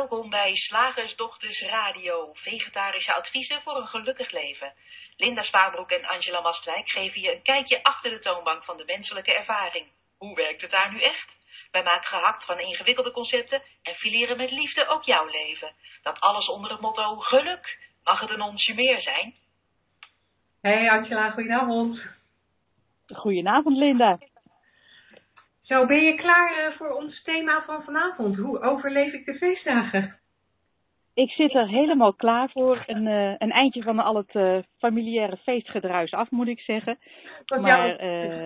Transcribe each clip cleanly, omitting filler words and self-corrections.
Welkom bij Slagersdochters Radio, vegetarische adviezen voor een gelukkig leven. Linda Spaarbroek en Angela Mastwijk geven je een kijkje achter de toonbank van de menselijke ervaring. Hoe werkt het daar nu echt? Wij maken gehakt van ingewikkelde concepten en fileren met liefde ook jouw leven. Dat alles onder het motto geluk. Mag het een onsje meer zijn? Hey Angela, goedenavond. Goedenavond Linda. Zo, ben je klaar voor ons thema van vanavond? Hoe overleef ik de feestdagen? Ik zit er helemaal klaar voor. Een eindje van al het familiaire feestgedruis af, moet ik zeggen. Maar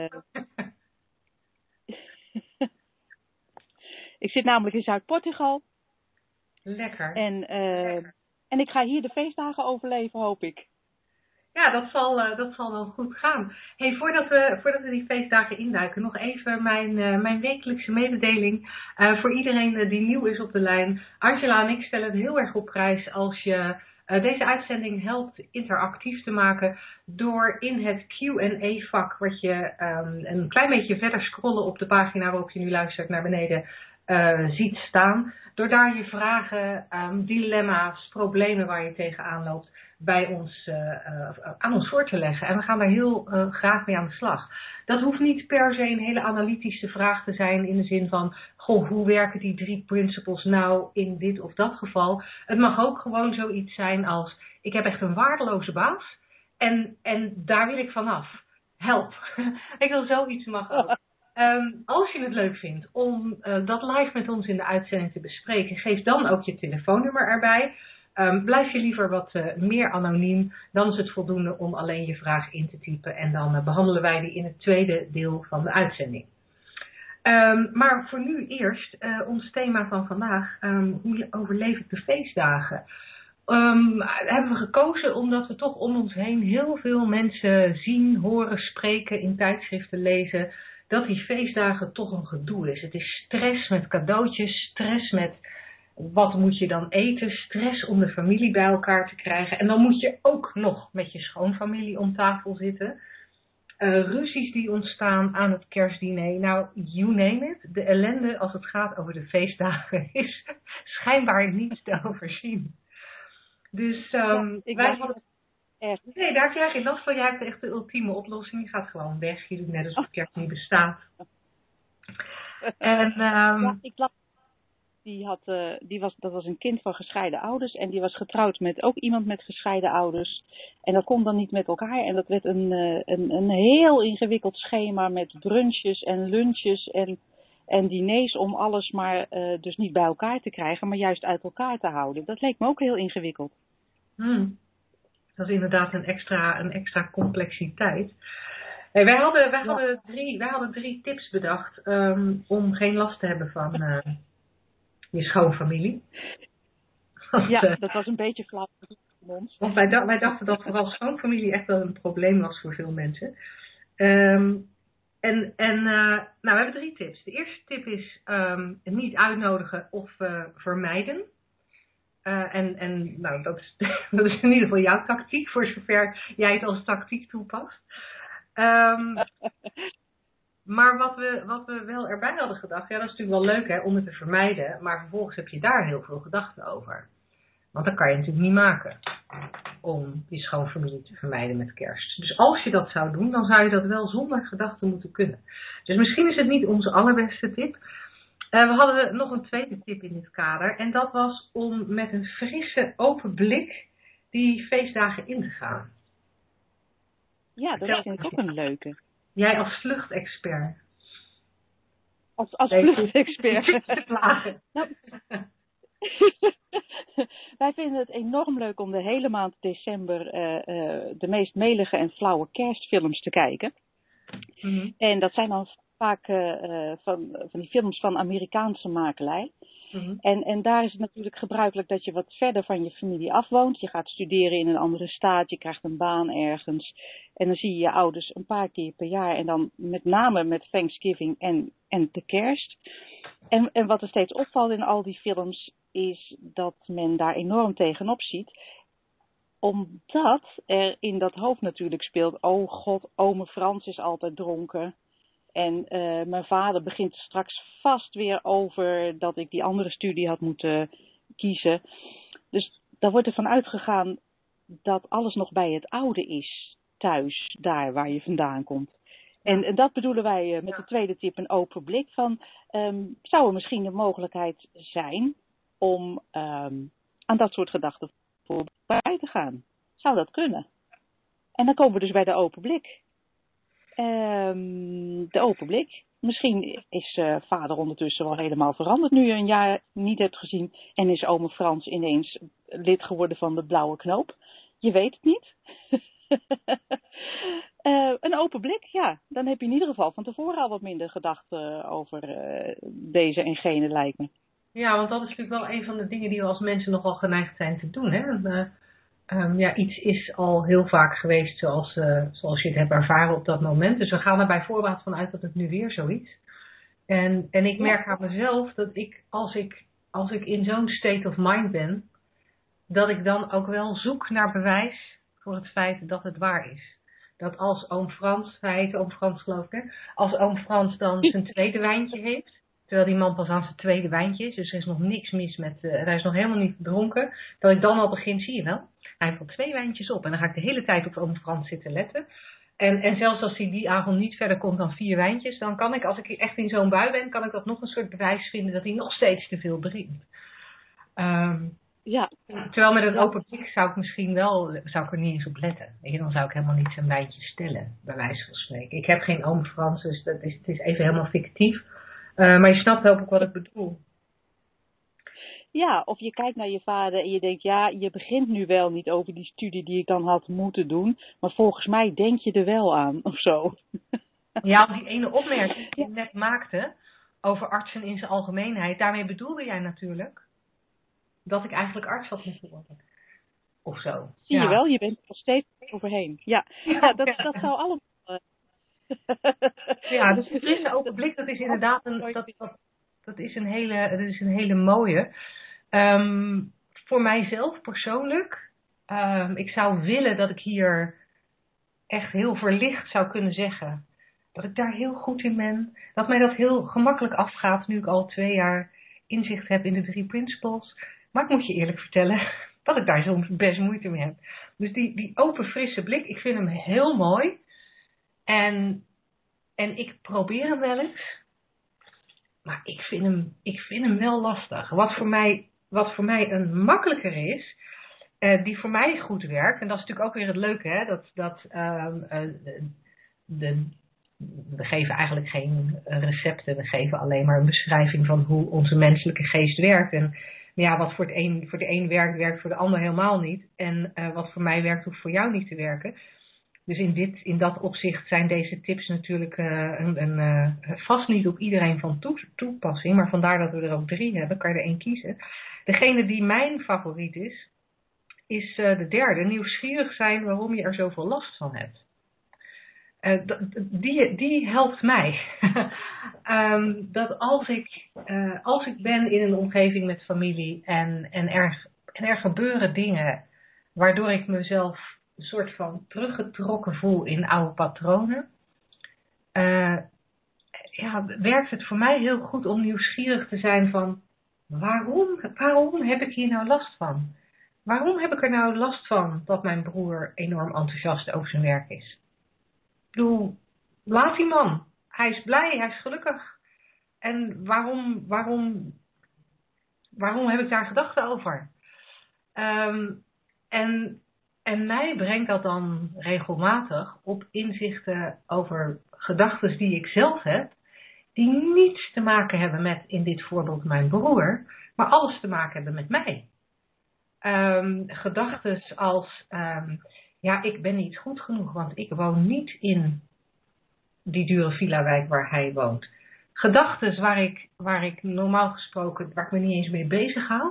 ik zit namelijk in Zuid-Portugal. Lekker. En ik ga hier de feestdagen overleven, hoop ik. Ja, dat zal wel goed gaan. Hey, voordat we die feestdagen induiken, nog even mijn wekelijkse mededeling voor iedereen die nieuw is op de lijn. Angela en ik stellen het heel erg op prijs als je deze uitzending helpt interactief te maken door in het Q&A-vak, wat je een klein beetje verder scrollen op de pagina waarop je nu luistert naar beneden, ziet staan. Door daar je vragen, dilemma's, problemen waar je tegenaan loopt, bij ons, aan ons voor te leggen. En we gaan daar heel graag mee aan de slag. Dat hoeft niet per se een hele analytische vraag te zijn in de zin van, goh, hoe werken die 3 principles nou in dit of dat geval? Het mag ook gewoon zoiets zijn als, ik heb echt een waardeloze baas en daar wil ik vanaf. Help. Ik wil zoiets mag ook. Als je het leuk vindt om dat live met ons in de uitzending te bespreken, geef dan ook je telefoonnummer erbij. Blijf je liever wat meer anoniem, dan is het voldoende om alleen je vraag in te typen en dan behandelen wij die in het tweede deel van de uitzending. Maar voor nu eerst ons thema van vandaag, hoe overleef ik de feestdagen? Hebben we gekozen omdat we toch om ons heen heel veel mensen zien, horen, spreken, in tijdschriften lezen, dat die feestdagen toch een gedoe is. Het is stress met cadeautjes, stress met wat moet je dan eten, stress om de familie bij elkaar te krijgen. En dan moet je ook nog met je schoonfamilie om tafel zitten. Ruzies die ontstaan aan het kerstdiner. Nou, you name it. De ellende als het gaat over de feestdagen is schijnbaar niet te overzien. Dus wij hadden... Nee, daar krijg je last van. Jij hebt echt de ultieme oplossing. Je gaat gewoon weg. Je doet net alsof kerst niet bestaat. En dat was een kind van gescheiden ouders. En die was getrouwd met ook iemand met gescheiden ouders. En dat kon dan niet met elkaar. En dat werd een heel ingewikkeld schema met brunches en lunches en diners om alles maar dus niet bij elkaar te krijgen, maar juist uit elkaar te houden. Dat leek me ook heel ingewikkeld. Dat is inderdaad een extra complexiteit. Hey, wij hadden 3 tips bedacht om geen last te hebben van je schoonfamilie. Ja, dat was een beetje flauw van ons. Want wij dachten dat vooral schoonfamilie echt wel een probleem was voor veel mensen. Nou, we hebben 3 tips. De eerste tip is niet uitnodigen of vermijden. Nou, dat is in ieder geval jouw tactiek, voor zover jij het als tactiek toepast. Maar wat we wel erbij hadden gedacht, ja, dat is natuurlijk wel leuk hè, om het te vermijden, maar vervolgens heb je daar heel veel gedachten over. Want dat kan je natuurlijk niet maken om je schoonfamilie te vermijden met kerst. Dus als je dat zou doen, dan zou je dat wel zonder gedachten moeten kunnen. Dus misschien is het niet onze allerbeste tip. We hadden nog een tweede tip in dit kader. En dat was om met een frisse, open blik die feestdagen in te gaan. Ja, dat vind ik ook een leuke. Jij als vluchtexpert. Als vluchtexpert. Nou, wij vinden het enorm leuk om de hele maand december de meest melige en flauwe kerstfilms te kijken. Mm-hmm. En dat zijn dan vaak van die films van Amerikaanse makelij. Mm-hmm. En daar is het natuurlijk gebruikelijk dat je wat verder van je familie afwoont. Je gaat studeren in een andere staat, je krijgt een baan ergens. En dan zie je je ouders een paar keer per jaar. En dan met name met Thanksgiving en de kerst. En wat er steeds opvalt in al die films is dat men daar enorm tegenop ziet. Omdat er in dat hoofd natuurlijk speelt, oh god, ome Frans is altijd dronken. En mijn vader begint straks vast weer over dat ik die andere studie had moeten kiezen. Dus daar wordt er van uitgegaan dat alles nog bij het oude is, thuis, daar waar je vandaan komt. En dat bedoelen wij met de tweede tip, een open blik van, zou er misschien de mogelijkheid zijn om aan dat soort gedachten voorbij te gaan? Zou dat kunnen? En dan komen we dus bij de open blik. De open blik. Misschien is vader ondertussen wel helemaal veranderd nu je een jaar niet hebt gezien. En is ome Frans ineens lid geworden van de Blauwe Knoop. Je weet het niet. Een open blik, ja. Dan heb je in ieder geval van tevoren al wat minder gedachten over deze en gene, lijkt me. Ja, want dat is natuurlijk wel een van de dingen die we als mensen nogal geneigd zijn te doen. Hè? Iets is al heel vaak geweest zoals je het hebt ervaren op dat moment. Dus we gaan er bij voorbaat van uit dat het nu weer zo is. En ik merk aan mezelf dat als ik in zo'n state of mind ben, dat ik dan ook wel zoek naar bewijs voor het feit dat het waar is. Dat als oom Frans, hij heet oom Frans geloof ik, hè? Als oom Frans dan zijn tweede wijntje heeft, terwijl die man pas aan zijn tweede wijntje is, dus er is nog niks mis met, hij is nog helemaal niet dronken, dat ik dan al begin, zie je wel, hij heeft al 2 wijntjes op en dan ga ik de hele tijd op oom Frans zitten letten. En zelfs als hij die avond niet verder komt dan 4 wijntjes, dan kan ik, als ik echt in zo'n bui ben, kan ik dat nog een soort bewijs vinden dat hij nog steeds te veel drinkt. Ja. Terwijl met het open blik zou ik er niet eens op letten. Weet je, dan zou ik helemaal niet zijn wijntje stellen, bij wijze van spreken. Ik heb geen oom Frans, dus het is even helemaal fictief. Maar je snapt ook wat ik bedoel. Ja, of je kijkt naar je vader en je denkt, ja, je begint nu wel niet over die studie die ik dan had moeten doen, maar volgens mij denk je er wel aan, of zo. Ja, die ene opmerking die je net maakte over artsen in zijn algemeenheid, daarmee bedoelde jij natuurlijk dat ik eigenlijk arts had moeten worden. Of zo. Zie je wel, je bent er nog steeds overheen. Ja, dat zou allemaal... Ja, dus de frisse open blik, dat is inderdaad dat is een hele mooie. Voor mijzelf persoonlijk, ik zou willen dat ik hier echt heel verlicht zou kunnen zeggen dat ik daar heel goed in ben. Dat mij dat heel gemakkelijk afgaat nu ik al 2 jaar inzicht heb in de 3 principles. Maar ik moet je eerlijk vertellen dat ik daar soms best moeite mee heb. Dus die open frisse blik, ik vind hem heel mooi. En ik probeer hem wel eens. Maar ik vind hem wel lastig. Wat voor mij een makkelijker is, die voor mij goed werkt. En dat is natuurlijk ook weer het leuke, hè? We geven eigenlijk geen recepten. We geven alleen maar een beschrijving van hoe onze menselijke geest werkt. En ja, wat voor de een werkt, werkt voor de ander helemaal niet. En wat voor mij werkt, hoeft voor jou niet te werken. Dus in dat opzicht zijn deze tips natuurlijk vast niet op iedereen van toepassing. Maar vandaar dat we er ook 3 hebben, kan je er 1 kiezen. Degene die mijn favoriet is de derde. Nieuwsgierig zijn waarom je er zoveel last van hebt. Die helpt mij. Dat als ik ben in een omgeving met familie en er gebeuren dingen waardoor ik mezelf een soort van teruggetrokken voel in oude patronen, werkt het voor mij heel goed om nieuwsgierig te zijn van waarom heb ik hier nou last van? Waarom heb ik er nou last van dat mijn broer enorm enthousiast over zijn werk is? Ik bedoel, laat die man. Hij is blij, hij is gelukkig. En waarom heb ik daar gedachten over? En mij brengt dat dan regelmatig op inzichten over gedachten die ik zelf heb, die niets te maken hebben met, in dit voorbeeld, mijn broer, maar alles te maken hebben met mij. Gedachten als, ik ben niet goed genoeg, want ik woon niet in die dure villa-wijk waar hij woont. Gedachten waar ik normaal gesproken, waar ik me niet eens mee bezig hou,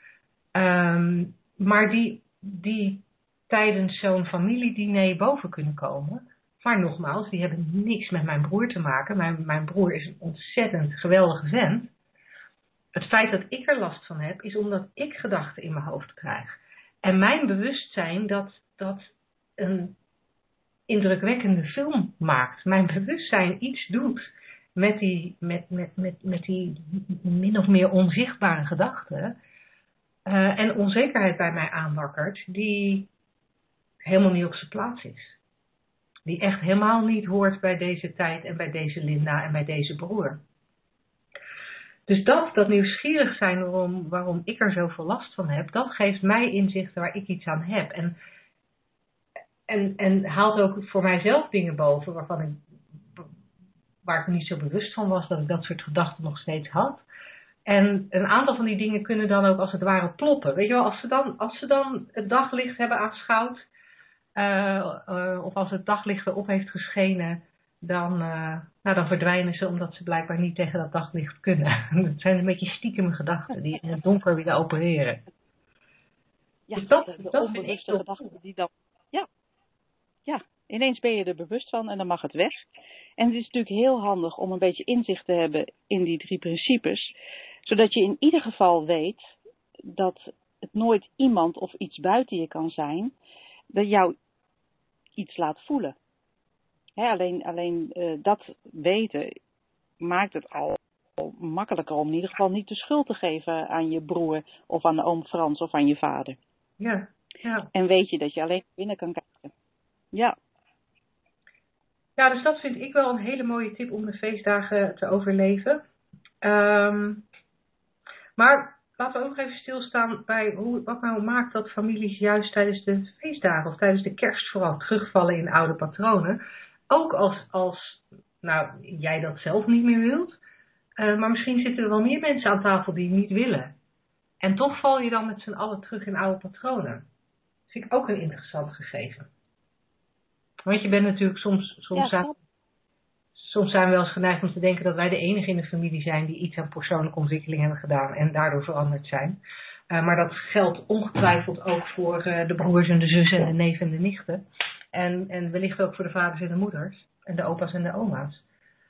maar die tijdens zo'n familiediner boven kunnen komen. Maar nogmaals, die hebben niks met mijn broer te maken. Mijn broer is een ontzettend geweldige vent. Het feit dat ik er last van heb, is omdat ik gedachten in mijn hoofd krijg. En mijn bewustzijn dat een indrukwekkende film maakt. Mijn bewustzijn iets doet met die min of meer onzichtbare gedachten. en onzekerheid bij mij aanwakkert die helemaal niet op zijn plaats is. Die echt helemaal niet hoort bij deze tijd en bij deze Linda en bij deze broer. Dus dat nieuwsgierig zijn waarom ik er zoveel last van heb, dat geeft mij inzichten waar ik iets aan heb. En haalt ook voor mijzelf dingen boven waar ik me niet zo bewust van was dat ik dat soort gedachten nog steeds had. En een aantal van die dingen kunnen dan ook als het ware ploppen. Weet je wel, als ze dan het daglicht hebben aanschouwd, of als het daglicht erop heeft geschenen, dan verdwijnen ze omdat ze blijkbaar niet tegen dat daglicht kunnen. Het zijn een beetje stiekeme gedachten die in het donker willen opereren. Ja, dus dat vind ik gedachten die dan... Ja, ineens ben je er bewust van en dan mag het weg. En het is natuurlijk heel handig om een beetje inzicht te hebben in die 3 principes. Zodat je in ieder geval weet dat het nooit iemand of iets buiten je kan zijn dat jou iets laat voelen. Alleen dat weten maakt het al makkelijker om in ieder geval niet de schuld te geven aan je broer of aan de oom Frans of aan je vader. Ja. En weet je dat je alleen binnen kan kijken. Ja. Ja, dus dat vind ik wel een hele mooie tip om de feestdagen te overleven. Maar laten we ook even stilstaan bij wat nou maakt dat families juist tijdens de feestdagen of tijdens de kerst vooral terugvallen in oude patronen. Ook als jij dat zelf niet meer wilt. Maar misschien zitten er wel meer mensen aan tafel die niet willen. En toch val je dan met z'n allen terug in oude patronen. Dat vind ik ook een interessant gegeven. Want je bent natuurlijk soms zijn we wel eens geneigd om te denken dat wij de enige in de familie zijn die iets aan persoonlijke ontwikkeling hebben gedaan en daardoor veranderd zijn. Maar dat geldt ongetwijfeld ook voor de broers en de zussen en de neven en de nichten. En wellicht ook voor de vaders en de moeders en de opa's en de oma's.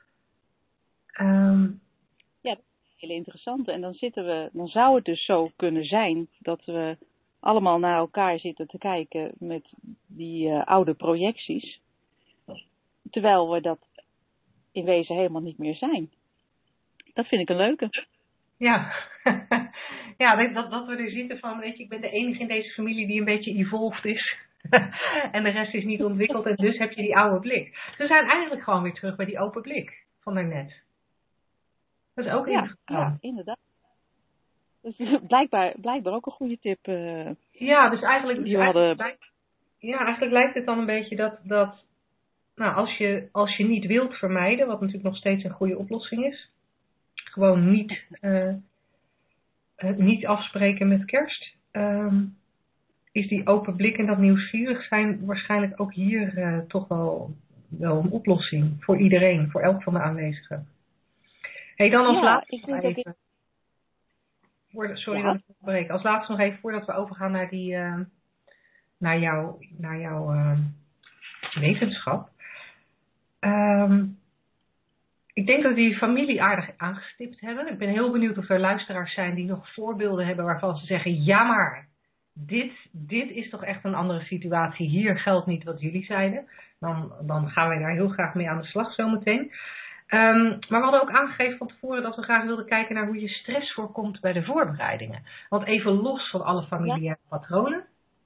Ja, dat is heel interessant. En dan zou het dus zo kunnen zijn dat we allemaal naar elkaar zitten te kijken met die oude projecties. Terwijl we dat in wezen helemaal niet meer zijn. Dat vind ik een leuke. Ja, ja dat we er zitten van, weet je, ik ben de enige in deze familie die een beetje evolved is. En de rest is niet ontwikkeld en dus heb je die oude blik. Ze zijn eigenlijk gewoon weer terug bij die open blik van daarnet. Dat is ook interessant. Ja, inderdaad. Dat is blijkbaar ook een goede tip. Ja, dus eigenlijk lijkt het dan een beetje dat als je niet wilt vermijden, wat natuurlijk nog steeds een goede oplossing is, gewoon niet afspreken met kerst, is die open blik en dat nieuwsgierig zijn waarschijnlijk ook hier toch wel een oplossing voor iedereen, voor elk van de aanwezigen. Hey, dan als laatste nog even. Sorry dat ik onderbreek. Als laatste nog even voordat we overgaan naar jouw wetenschap. Ik denk dat we die familie aardig aangestipt hebben. Ik ben heel benieuwd of er luisteraars zijn die nog voorbeelden hebben waarvan ze zeggen, ja maar, dit is toch echt een andere situatie. Hier geldt niet wat jullie zeiden. Dan gaan wij daar heel graag mee aan de slag zometeen. Maar we hadden ook aangegeven van tevoren dat we graag wilden kijken naar hoe je stress voorkomt bij de voorbereidingen. Want even los van alle familiaire patronen,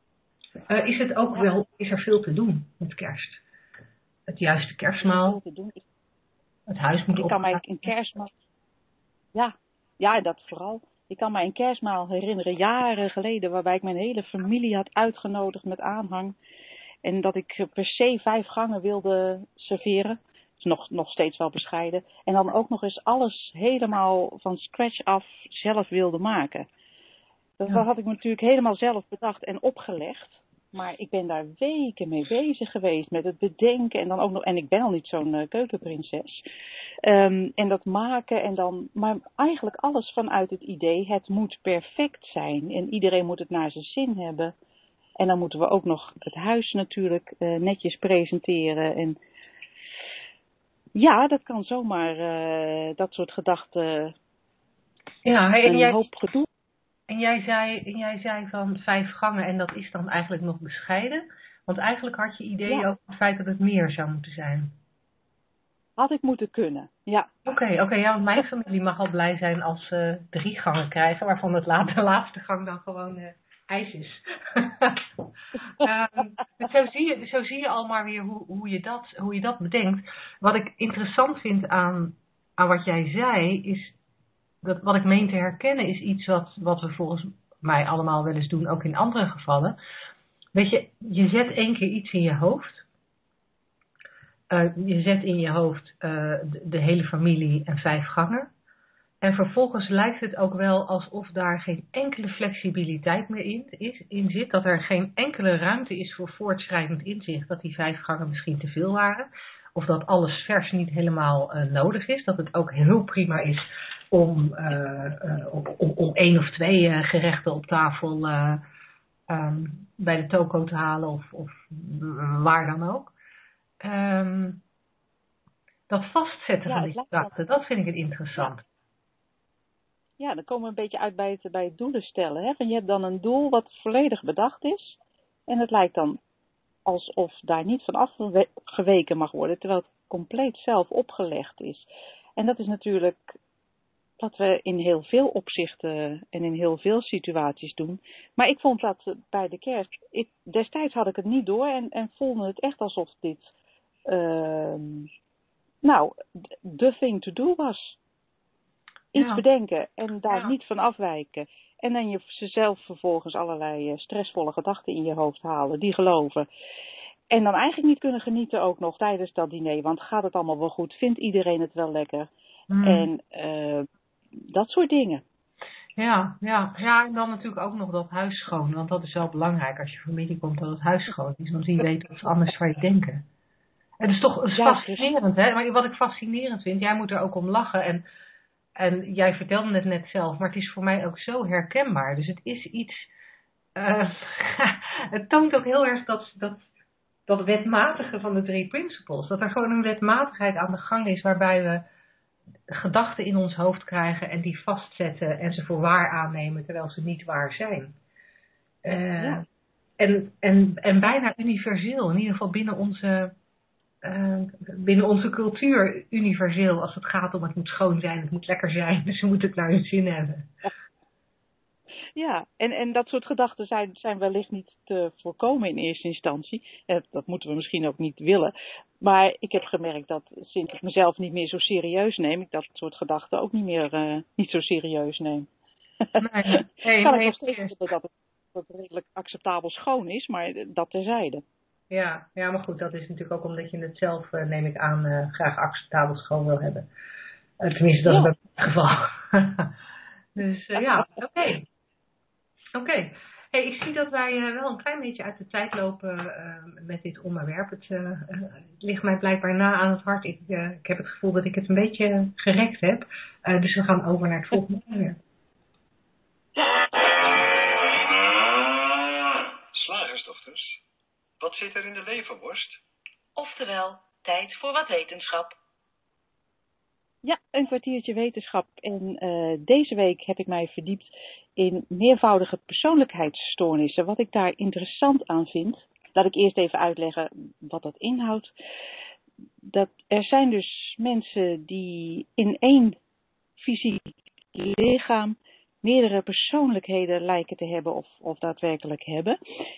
is er veel te doen met kerst. Het juiste kerstmaal. Het huis moet Ik kan mij een kerstmaal... Ja, dat vooral. Ik kan mij een kerstmaal herinneren, jaren geleden, waarbij ik mijn hele familie had uitgenodigd met aanhang. En dat ik per se 5 gangen wilde serveren. Nog steeds wel bescheiden. En dan ook nog eens alles helemaal van scratch af zelf wilde maken. Dat had ik natuurlijk helemaal zelf bedacht en opgelegd. Maar ik ben daar weken mee bezig geweest met het bedenken. En dan ook nog, en ik ben al niet zo'n keukenprinses. En dat maken en dan, maar eigenlijk alles vanuit het idee, het moet perfect zijn. En iedereen moet het naar zijn zin hebben. En dan moeten we ook nog het huis natuurlijk netjes presenteren. En ja, dat kan zomaar dat soort gedachten een hoop gedoe. En jij zei van 5 gangen en dat is dan eigenlijk nog bescheiden. Want eigenlijk had je idee over het feit dat het meer zou moeten zijn. Had ik moeten kunnen, ja. Oké, ja, want mijn familie mag al blij zijn als ze 3 gangen krijgen, waarvan de laatste gang dan gewoon ijs is. Zo zie je al maar weer hoe je dat bedenkt. Wat ik interessant vind aan wat jij zei, is dat wat ik meen te herkennen is iets wat we volgens mij allemaal wel eens doen, ook in andere gevallen. Weet je zet 1 keer iets in je hoofd. Je zet in je hoofd de hele familie en 5 gangen. En vervolgens lijkt het ook wel alsof daar geen enkele flexibiliteit meer in zit. Dat er geen enkele ruimte is voor voortschrijdend inzicht. Dat die 5 gangen misschien te veel waren. Of dat alles vers niet helemaal nodig is. Dat het ook heel prima is om 1 of 2 gerechten op tafel bij de toko te halen. Of waar dan ook. Dat vastzetten van die gedachten, dat vind ik het interessant. Ja, dan komen we een beetje uit bij het doelen stellen. Hè? Van je hebt dan een doel wat volledig bedacht is. En het lijkt dan alsof daar niet van afgeweken mag worden. Terwijl het compleet zelf opgelegd is. En dat is natuurlijk wat we in heel veel opzichten en in heel veel situaties doen. Maar ik vond dat bij de kerst, destijds had ik het niet door en voelde het echt alsof dit the thing to do was. Iets bedenken en daar niet van afwijken. En dan jezelf vervolgens allerlei stressvolle gedachten in je hoofd halen, die geloven. En dan eigenlijk niet kunnen genieten ook nog tijdens dat diner. Want gaat het allemaal wel goed? Vindt iedereen het wel lekker? En dat soort dingen. Ja, en dan natuurlijk ook nog dat huis schoon. Want dat is wel belangrijk als je familie komt dat het huis schoon is. Want die weten wat ze anders van je denken. En dat is toch fascinerend, hè? Maar wat ik fascinerend vind, jij moet er ook om lachen. En jij vertelde het net zelf, maar het is voor mij ook zo herkenbaar. Dus het is iets... het toont ook heel erg dat wetmatige van de 3 principles. Dat er gewoon een wetmatigheid aan de gang is waarbij we gedachten in ons hoofd krijgen en die vastzetten en ze voor waar aannemen terwijl ze niet waar zijn. En bijna universeel, in ieder geval binnen onze cultuur universeel als het gaat om het moet schoon zijn, het moet lekker zijn, dus ze moeten het naar hun zin hebben. Ja, en dat soort gedachten zijn wellicht niet te voorkomen in eerste instantie. Dat moeten we misschien ook niet willen. Maar ik heb gemerkt dat sinds ik mezelf niet meer zo serieus neem, ik dat soort gedachten ook niet zo serieus neem. Nee, kan ik nog steeds zeggen dat het redelijk acceptabel schoon is, maar dat terzijde. Ja, maar goed, dat is natuurlijk ook omdat je het zelf, neem ik aan, graag acceptabel schoon wil hebben. Tenminste, dat is bij het geval. Dus Oké. Hey, ik zie dat wij wel een klein beetje uit de tijd lopen met dit onderwerp. Het ligt mij blijkbaar na aan het hart. Ik heb het gevoel dat ik het een beetje gerekt heb. Dus we gaan over naar het volgende onderwerp. Slagersdochters, wat zit er in de leverworst? Oftewel, tijd voor wat wetenschap. Ja, een kwartiertje wetenschap. En deze week heb ik mij verdiept in meervoudige persoonlijkheidsstoornissen. Wat ik daar interessant aan vind, laat ik eerst even uitleggen wat dat inhoudt. Er zijn dus mensen die in één fysiek lichaam meerdere persoonlijkheden lijken te hebben of daadwerkelijk hebben.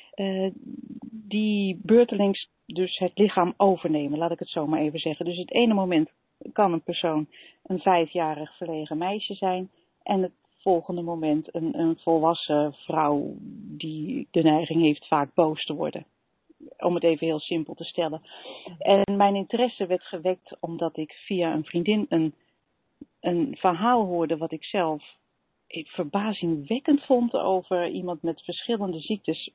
Die beurtelings dus het lichaam overnemen, laat ik het zo maar even zeggen. Dus het ene moment kan een persoon een 5-jarig verlegen meisje zijn en het volgende moment een volwassen vrouw die de neiging heeft vaak boos te worden. Om het even heel simpel te stellen. En mijn interesse werd gewekt omdat ik via een vriendin een verhaal hoorde wat ik zelf verbazingwekkend vond over iemand met verschillende ziektes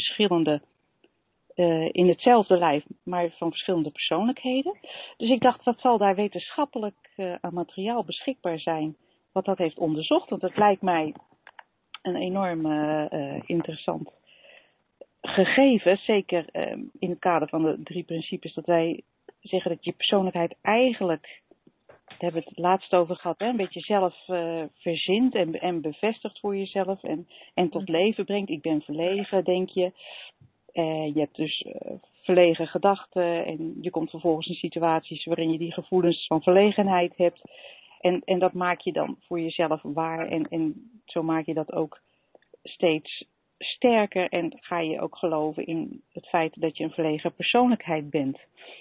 in hetzelfde lijf, maar van verschillende persoonlijkheden. Dus ik dacht, wat zal daar wetenschappelijk aan materiaal beschikbaar zijn wat dat heeft onderzocht? Want het lijkt mij een enorm interessant gegeven, zeker in het kader van de 3 principes, dat wij zeggen dat je persoonlijkheid eigenlijk, daar hebben we het laatst over gehad, een beetje zelf verzint en bevestigt voor jezelf en tot leven brengt. Ik ben verlegen, denk je. Je hebt dus verlegen gedachten en je komt vervolgens in situaties waarin je die gevoelens van verlegenheid hebt. En dat maak je dan voor jezelf waar en zo maak je dat ook steeds sterker en ga je ook geloven in het feit dat je een verlegen persoonlijkheid bent.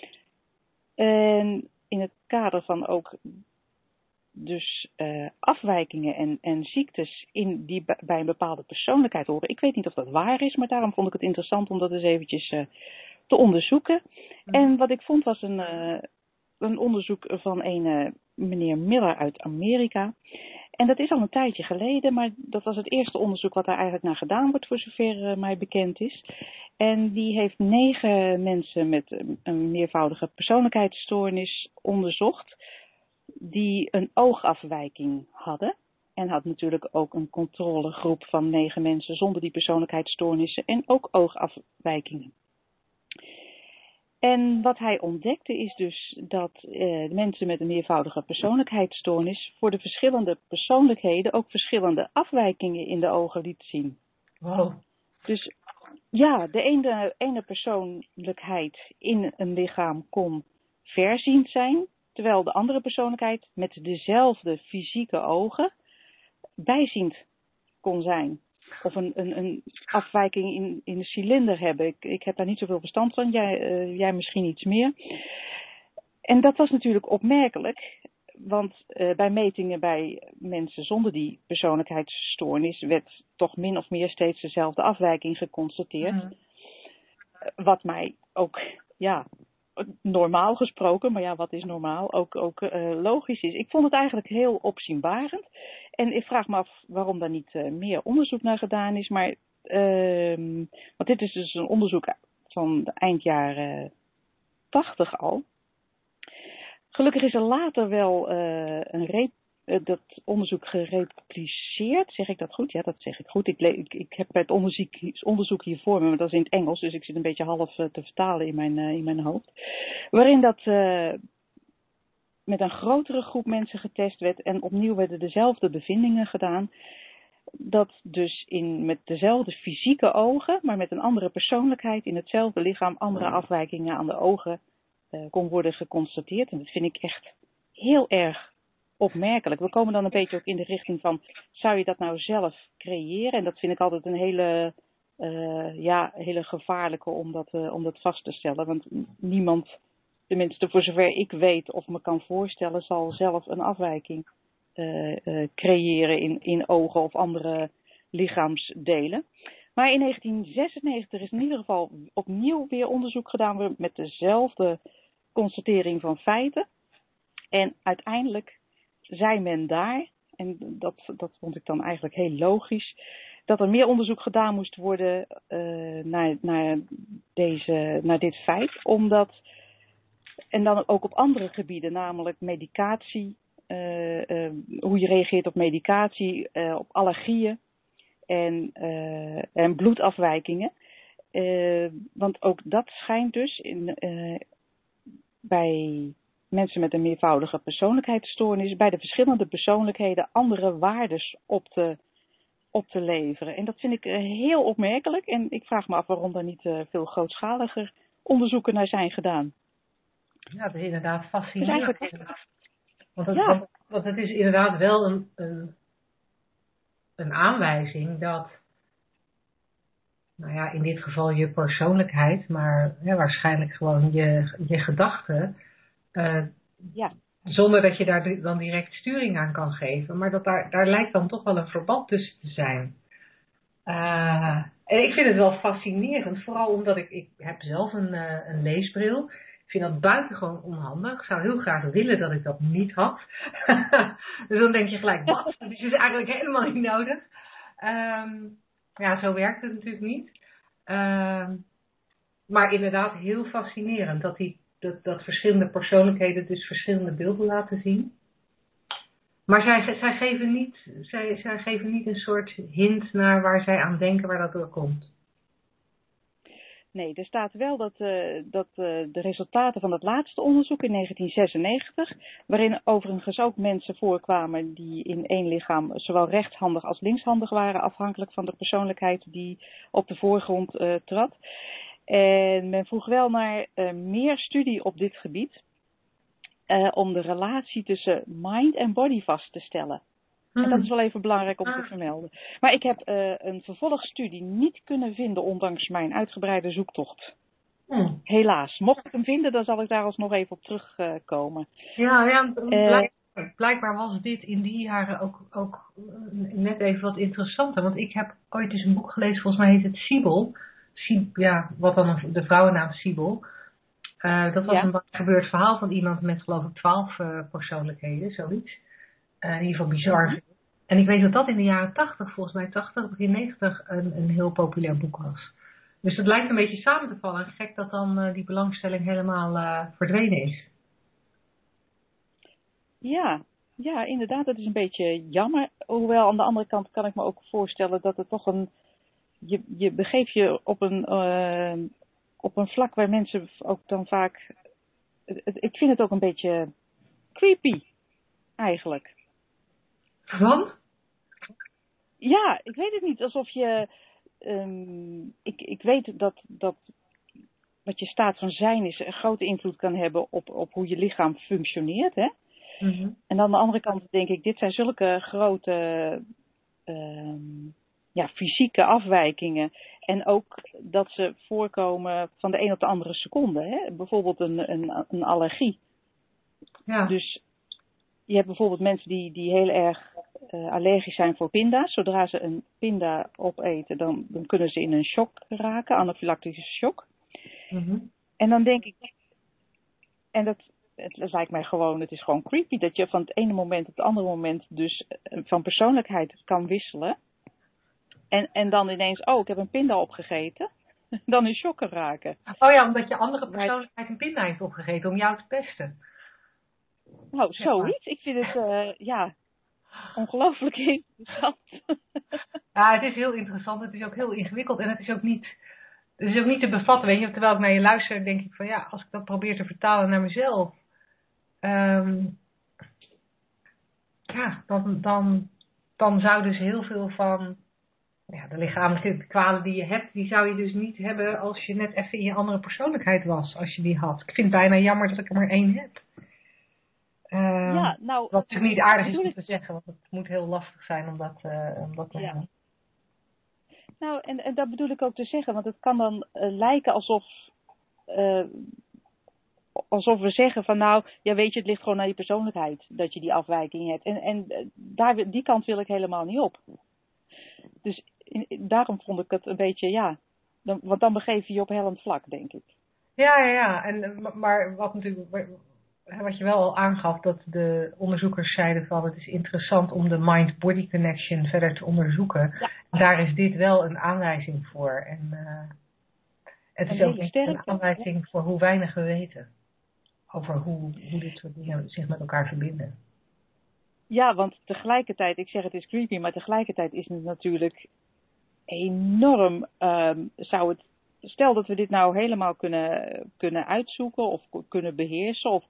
En in het kader van ook dus afwijkingen en ziektes die bij een bepaalde persoonlijkheid horen. Ik weet niet of dat waar is, maar daarom vond ik het interessant om dat eens eventjes te onderzoeken. En wat ik vond was een onderzoek van een meneer Miller uit Amerika. En dat is al een tijdje geleden, maar dat was het eerste onderzoek wat daar eigenlijk naar gedaan wordt, voor zover mij bekend is. En die heeft 9 mensen met een meervoudige persoonlijkheidsstoornis onderzocht, die een oogafwijking hadden. En had natuurlijk ook een controlegroep van 9 mensen zonder die persoonlijkheidsstoornissen en ook oogafwijkingen. En wat hij ontdekte is dus dat de mensen met een meervoudige persoonlijkheidsstoornis voor de verschillende persoonlijkheden ook verschillende afwijkingen in de ogen liet zien. Wow. Dus ja, de ene persoonlijkheid in een lichaam kon verziend zijn, terwijl de andere persoonlijkheid met dezelfde fysieke ogen bijziend kon zijn. Of een afwijking in de cilinder hebben. Ik heb daar niet zoveel verstand van. Jij misschien iets meer. En dat was natuurlijk opmerkelijk. Want bij metingen bij mensen zonder die persoonlijkheidsstoornis werd toch min of meer steeds dezelfde afwijking geconstateerd. Wat mij ook, ja, normaal gesproken, maar ja, wat is normaal, ook logisch is. Ik vond het eigenlijk heel opzienbarend. En ik vraag me af waarom daar niet meer onderzoek naar gedaan is. Maar, want dit is dus een onderzoek van de eind jaren 80 al. Gelukkig is er later wel dat onderzoek gerepliceerd. Zeg ik dat goed? Ja, dat zeg ik goed. Ik heb het onderzoek hier voor me, maar dat is in het Engels. Dus ik zit een beetje half te vertalen in mijn hoofd. Waarin dat met een grotere groep mensen getest werd. En opnieuw werden dezelfde bevindingen gedaan. Dat dus met dezelfde fysieke ogen, maar met een andere persoonlijkheid in hetzelfde lichaam, andere afwijkingen aan de ogen kon worden geconstateerd. En dat vind ik echt heel erg opmerkelijk. We komen dan een beetje ook in de richting van, zou je dat nou zelf creëren? En dat vind ik altijd een hele gevaarlijke om dat vast te stellen. Want niemand, tenminste voor zover ik weet of me kan voorstellen, zal zelf een afwijking creëren in ogen of andere lichaamsdelen. Maar in 1996 is in ieder geval opnieuw weer onderzoek gedaan met dezelfde constatering van feiten. En uiteindelijk zei men daar, en dat vond ik dan eigenlijk heel logisch, dat er meer onderzoek gedaan moest worden naar dit feit. Omdat, en dan ook op andere gebieden, namelijk medicatie, hoe je reageert op medicatie, op allergieën en bloedafwijkingen. Want ook dat schijnt dus bij mensen met een meervoudige persoonlijkheidsstoornis, bij de verschillende persoonlijkheden andere waardes op te leveren. En dat vind ik heel opmerkelijk. En ik vraag me af waarom daar niet veel grootschaliger onderzoeken naar zijn gedaan. Ja, dat is inderdaad fascinerend. Dus Want het is inderdaad wel een aanwijzing dat, nou ja, in dit geval je persoonlijkheid, maar waarschijnlijk gewoon je gedachten, zonder dat je daar dan direct sturing aan kan geven, maar dat daar lijkt dan toch wel een verband tussen te zijn. En ik vind het wel fascinerend, vooral omdat ik heb zelf een leesbril. Ik vind dat buitengewoon onhandig. Ik zou heel graag willen dat ik dat niet had. Dus dan denk je gelijk, wat? Dat is dus eigenlijk helemaal niet nodig. Ja, zo werkt het natuurlijk niet. Maar inderdaad heel fascinerend dat verschillende persoonlijkheden dus verschillende beelden laten zien. Maar zij geven niet een soort hint naar waar zij aan denken waar dat door komt. Nee, er staat wel dat de resultaten van het laatste onderzoek in 1996, waarin overigens ook mensen voorkwamen die in één lichaam zowel rechtshandig als linkshandig waren, afhankelijk van de persoonlijkheid die op de voorgrond trad. En men vroeg wel naar meer studie op dit gebied. Om de relatie tussen mind en body vast te stellen. En dat is wel even belangrijk om te vermelden. Maar ik heb een vervolgstudie niet kunnen vinden, ondanks mijn uitgebreide zoektocht. Helaas. Mocht ik hem vinden, dan zal ik daar alsnog even op terugkomen. Blijkbaar was dit in die jaren ook net even wat interessanter. Want ik heb ooit eens een boek gelezen, volgens mij heet het Siebel. Wat dan de vrouwennaam Siebel. Dat was een gebeurd verhaal van iemand met geloof ik 12 persoonlijkheden, zoiets. In ieder geval bizar. En ik weet dat in de jaren 80, volgens mij 80, begin 90, een heel populair boek was. Dus het lijkt een beetje samen te vallen. En gek dat dan die belangstelling helemaal verdwenen is. Ja, inderdaad, dat is een beetje jammer. Hoewel aan de andere kant kan ik me ook voorstellen dat het toch je begeeft je op een vlak waar mensen ook dan vaak... Ik vind het ook een beetje creepy, eigenlijk. Want? Ja, ik weet het niet. Alsof je... Ik weet dat wat je staat van zijn is een grote invloed kan hebben op hoe je lichaam functioneert. Hè? Mm-hmm. En aan de andere kant denk ik, dit zijn zulke grote fysieke afwijkingen. En ook dat ze voorkomen van de een op de andere seconde. Hè? Bijvoorbeeld een allergie. Ja. Dus je hebt bijvoorbeeld mensen die heel erg allergisch zijn voor pinda's. Zodra ze een pinda opeten, dan kunnen ze in een shock raken, anafylactische shock. Mm-hmm. En dan denk ik, en het lijkt mij gewoon, het is gewoon creepy dat je van het ene moment op het andere moment dus van persoonlijkheid kan wisselen. En dan ineens, ik heb een pinda opgegeten. Dan in shock raken. Oh ja, omdat je andere persoonlijkheid een pinda heeft opgegeten om jou te pesten. Nou, zoiets. Ik vind het, ongelooflijk interessant. Ja, het is heel interessant. Het is ook heel ingewikkeld. En het is ook niet te bevatten. Weet je, terwijl ik naar je luister, denk ik van als ik dat probeer te vertalen naar mezelf. Dan zou dus heel veel van de lichamelijke kwalen die je hebt, die zou je dus niet hebben als je net even in je andere persoonlijkheid was, als je die had. Ik vind het bijna jammer dat ik er maar één heb. Wat natuurlijk niet aardig is om te zeggen, want het moet heel lastig zijn om dat te hebben. Nou, en dat bedoel ik ook te zeggen, want het kan dan lijken alsof we zeggen van weet je, het ligt gewoon aan je persoonlijkheid dat je die afwijking hebt. En die kant wil ik helemaal niet op. Dus daarom vond ik het een beetje, want dan begeef je je op hellend vlak, denk ik. Ja. Maar wat je wel al aangaf, dat de onderzoekers zeiden van het is interessant om de mind-body connection verder te onderzoeken. Ja. Daar is dit wel een aanwijzing voor. En het is ook een aanwijzing voor hoe weinig we weten. Over hoe dit soort dingen zich met elkaar verbinden. Ja, want tegelijkertijd, ik zeg het is creepy, maar tegelijkertijd is het natuurlijk enorm, stel dat we dit nou helemaal kunnen uitzoeken of kunnen beheersen of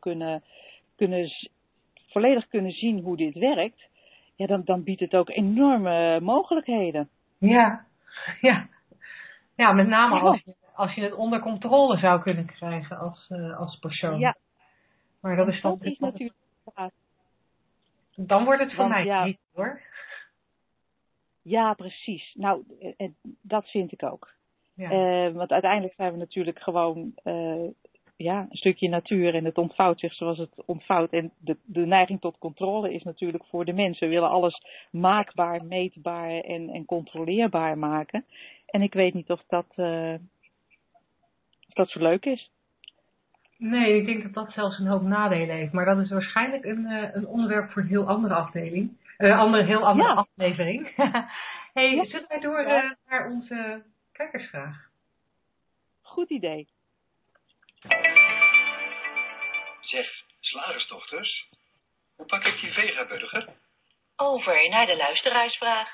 volledig kunnen zien hoe dit werkt, dan biedt het ook enorme mogelijkheden. Ja, met name als je het onder controle zou kunnen krijgen als persoon. Ja. Maar dat is natuurlijk. Dan wordt het voor mij niet, hoor. Ja, precies. Nou, dat vind ik ook. Ja. Want uiteindelijk zijn we natuurlijk gewoon een stukje natuur en het ontvouwt zich zoals het ontvouwt. En de neiging tot controle is natuurlijk voor de mensen. We willen alles maakbaar, meetbaar en controleerbaar maken. En ik weet niet of dat zo leuk is. Nee, ik denk dat dat zelfs een hoop nadelen heeft. Maar dat is waarschijnlijk een onderwerp voor een heel andere afdeling. Heel andere aflevering. Zullen wij door naar onze kijkersvraag? Goed idee. Zeg, slagersdochters, hoe pak ik die vegaburger? Over naar de luisteraarsvraag.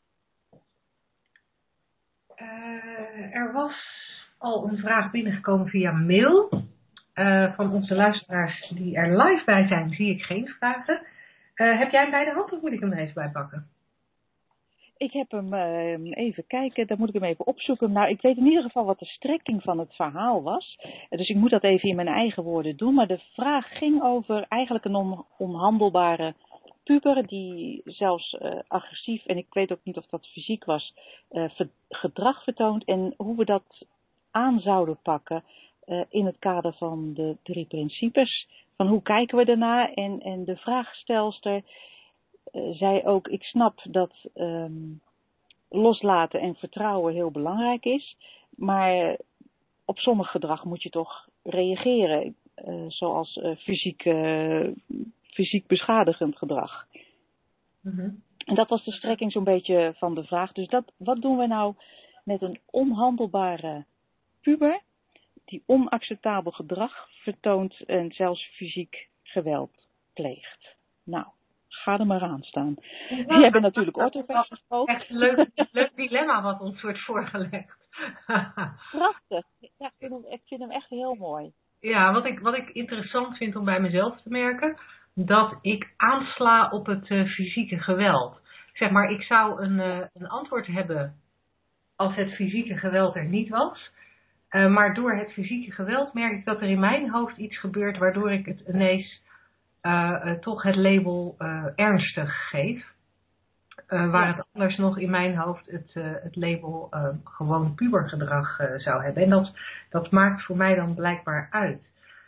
Er was al een vraag binnengekomen via mail. Van onze luisteraars die er live bij zijn, zie ik geen vragen. Heb jij hem bij de hand of moet ik hem er even bij pakken? Ik heb hem, even kijken, dan moet ik hem even opzoeken. Nou, ik weet in ieder geval wat de strekking van het verhaal was. Dus ik moet dat even in mijn eigen woorden doen. Maar de vraag ging over eigenlijk een onhandelbare puber die zelfs agressief, en ik weet ook niet of dat fysiek was, gedrag vertoont. En hoe we dat aan zouden pakken in het kader van de 3 principes. Van hoe kijken we daarnaar? En de vraagstelster zei ook, ik snap dat loslaten en vertrouwen heel belangrijk is. Maar op sommig gedrag moet je toch reageren. Zoals fysiek beschadigend gedrag. Mm-hmm. En dat was de strekking zo'n beetje van de vraag. Dus wat doen we nou met een onhandelbare puber die onacceptabel gedrag vertoont en zelfs fysiek geweld pleegt? Nou, ga er maar aan staan. Ja, jij bent natuurlijk orthopedagoog. Echt een leuk dilemma wat ons wordt voorgelegd. Prachtig. Ja, ik vind hem echt heel mooi. Ja, wat ik interessant vind om bij mezelf te merken, dat ik aansla op het fysieke geweld. Zeg maar, ik zou een antwoord hebben als het fysieke geweld er niet was. Maar door het fysieke geweld merk ik dat er in mijn hoofd iets gebeurt waardoor ik het ineens toch het label ernstig geef. Waar het anders nog in mijn hoofd het label gewoon pubergedrag zou hebben. En dat maakt voor mij dan blijkbaar uit.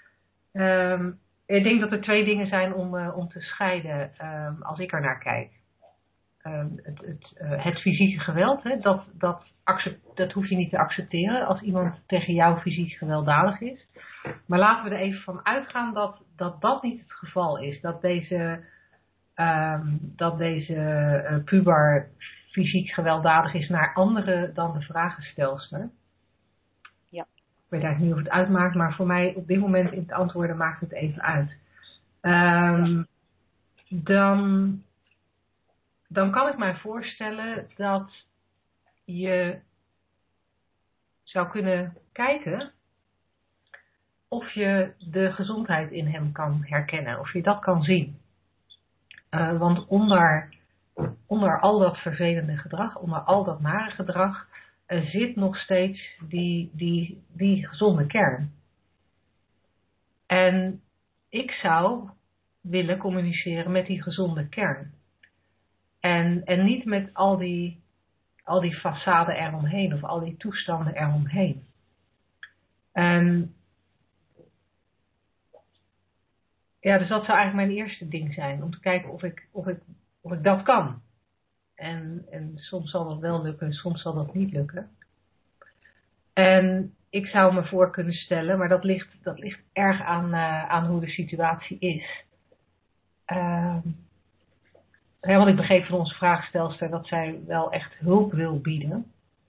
Ik denk dat er 2 dingen zijn om te scheiden als ik er naar kijk. Het fysieke geweld, hè, dat hoef je niet te accepteren als iemand tegen jou fysiek gewelddadig is. Maar laten we er even van uitgaan dat niet het geval is. Dat deze puber fysiek gewelddadig is naar anderen dan de vragenstelster. Ja. Ik weet eigenlijk niet of het uitmaakt, maar voor mij op dit moment in het antwoorden maakt het even uit. Dan kan ik mij voorstellen dat je zou kunnen kijken of je de gezondheid in hem kan herkennen, of je dat kan zien. Want onder al dat vervelende gedrag, onder al dat nare gedrag, zit nog steeds die gezonde kern. En ik zou willen communiceren met die gezonde kern. En niet met al die façade eromheen of al die toestanden eromheen. En ja, dus dat zou eigenlijk mijn eerste ding zijn. Om te kijken of ik dat kan. En soms zal dat wel lukken, soms zal dat niet lukken. En ik zou me voor kunnen stellen, maar dat ligt erg aan hoe de situatie is. Want ik begreep van onze vraagstelster dat zij wel echt hulp wil bieden.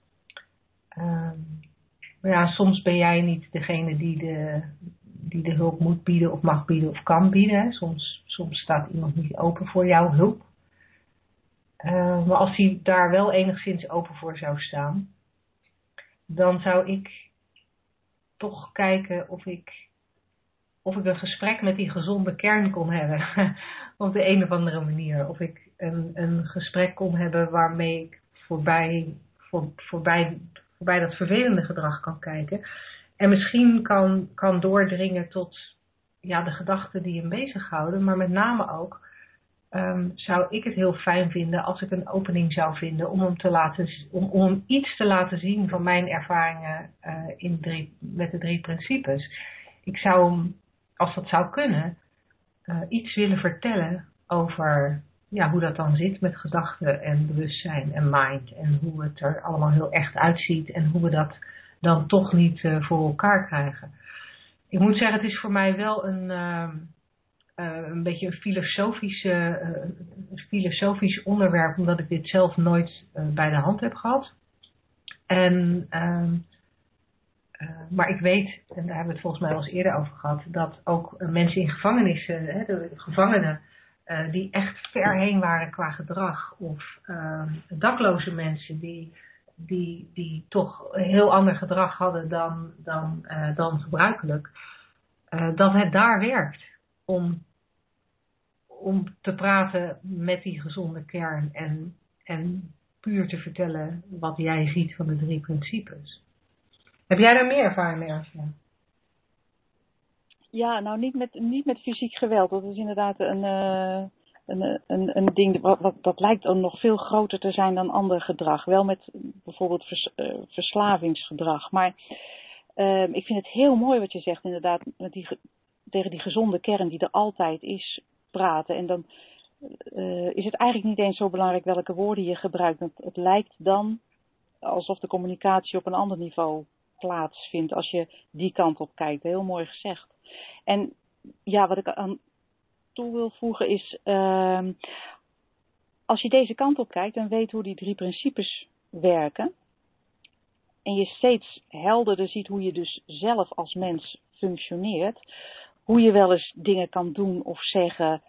Maar ja, soms ben jij niet degene die de hulp moet bieden of mag bieden of kan bieden. Hè. Soms staat iemand niet open voor jouw hulp. Maar als hij daar wel enigszins open voor zou staan, dan zou ik toch kijken of ik een gesprek met die gezonde kern kon hebben. Op de een of andere manier. Of ik een gesprek kon hebben waarmee ik voorbij dat vervelende gedrag kan kijken. En misschien kan doordringen tot de gedachten die hem bezighouden. Maar met name ook zou ik het heel fijn vinden als ik een opening zou vinden om hem iets te laten zien van mijn ervaringen met de 3 principes. Ik zou hem, als dat zou kunnen, iets willen vertellen over hoe dat dan zit met gedachten en bewustzijn en mind. En hoe het er allemaal heel echt uitziet en hoe we dat dan toch niet voor elkaar krijgen. Ik moet zeggen, het is voor mij wel een beetje een filosofisch onderwerp, omdat ik dit zelf nooit bij de hand heb gehad. Maar ik weet, en daar hebben we het volgens mij al eens eerder over gehad, dat ook mensen in gevangenissen, de gevangenen die echt ver heen waren qua gedrag, of dakloze mensen die toch een heel ander gedrag hadden dan gebruikelijk, dat het daar werkt om te praten met die gezonde kern en puur te vertellen wat jij ziet van de 3 principes. Heb jij daar meer ervaring mee, Angela? Ja, nou niet met fysiek geweld. Dat is inderdaad een ding dat lijkt ook nog veel groter te zijn dan ander gedrag. Wel met bijvoorbeeld verslavingsgedrag. Maar ik vind het heel mooi wat je zegt inderdaad. Tegen die gezonde kern die er altijd is praten. En dan is het eigenlijk niet eens zo belangrijk welke woorden je gebruikt. Want het lijkt dan alsof de communicatie op een ander niveau plaatsvindt als je die kant op kijkt. Heel mooi gezegd. En ja, wat ik aan toe wil voegen is, als je deze kant op kijkt en weet hoe die 3 principes werken, en je steeds helderder ziet hoe je dus zelf als mens functioneert, hoe je wel eens dingen kan doen of zeggen,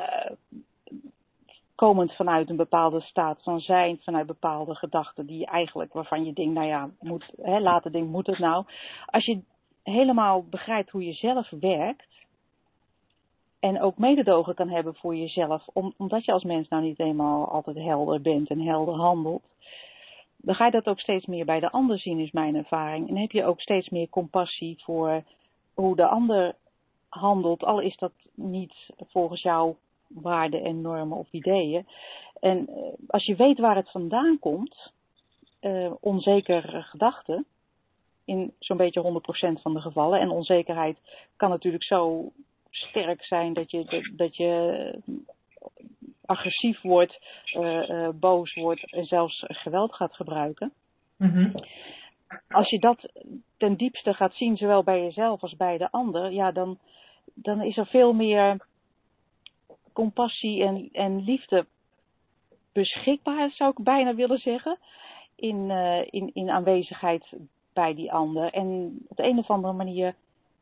komend vanuit een bepaalde staat van zijn, vanuit bepaalde gedachten die eigenlijk, waarvan je denkt, nou ja, later denkt, moet het nou? Als je helemaal begrijpt hoe je zelf werkt en ook mededogen kan hebben voor jezelf, omdat je als mens nou niet eenmaal altijd helder bent en helder handelt, dan ga je dat ook steeds meer bij de ander zien, is mijn ervaring. En heb je ook steeds meer compassie voor hoe de ander handelt, al is dat niet volgens jouw waarden en normen of ideeën. En als je weet waar het vandaan komt, onzekere gedachten, in zo'n beetje 100% van de gevallen. En onzekerheid kan natuurlijk zo sterk zijn dat je agressief wordt, boos wordt en zelfs geweld gaat gebruiken. Mm-hmm. Als je dat ten diepste gaat zien, zowel bij jezelf als bij de ander, ja, dan is er veel meer compassie en liefde beschikbaar, zou ik bijna willen zeggen, in aanwezigheid bij die ander. En op de een of andere manier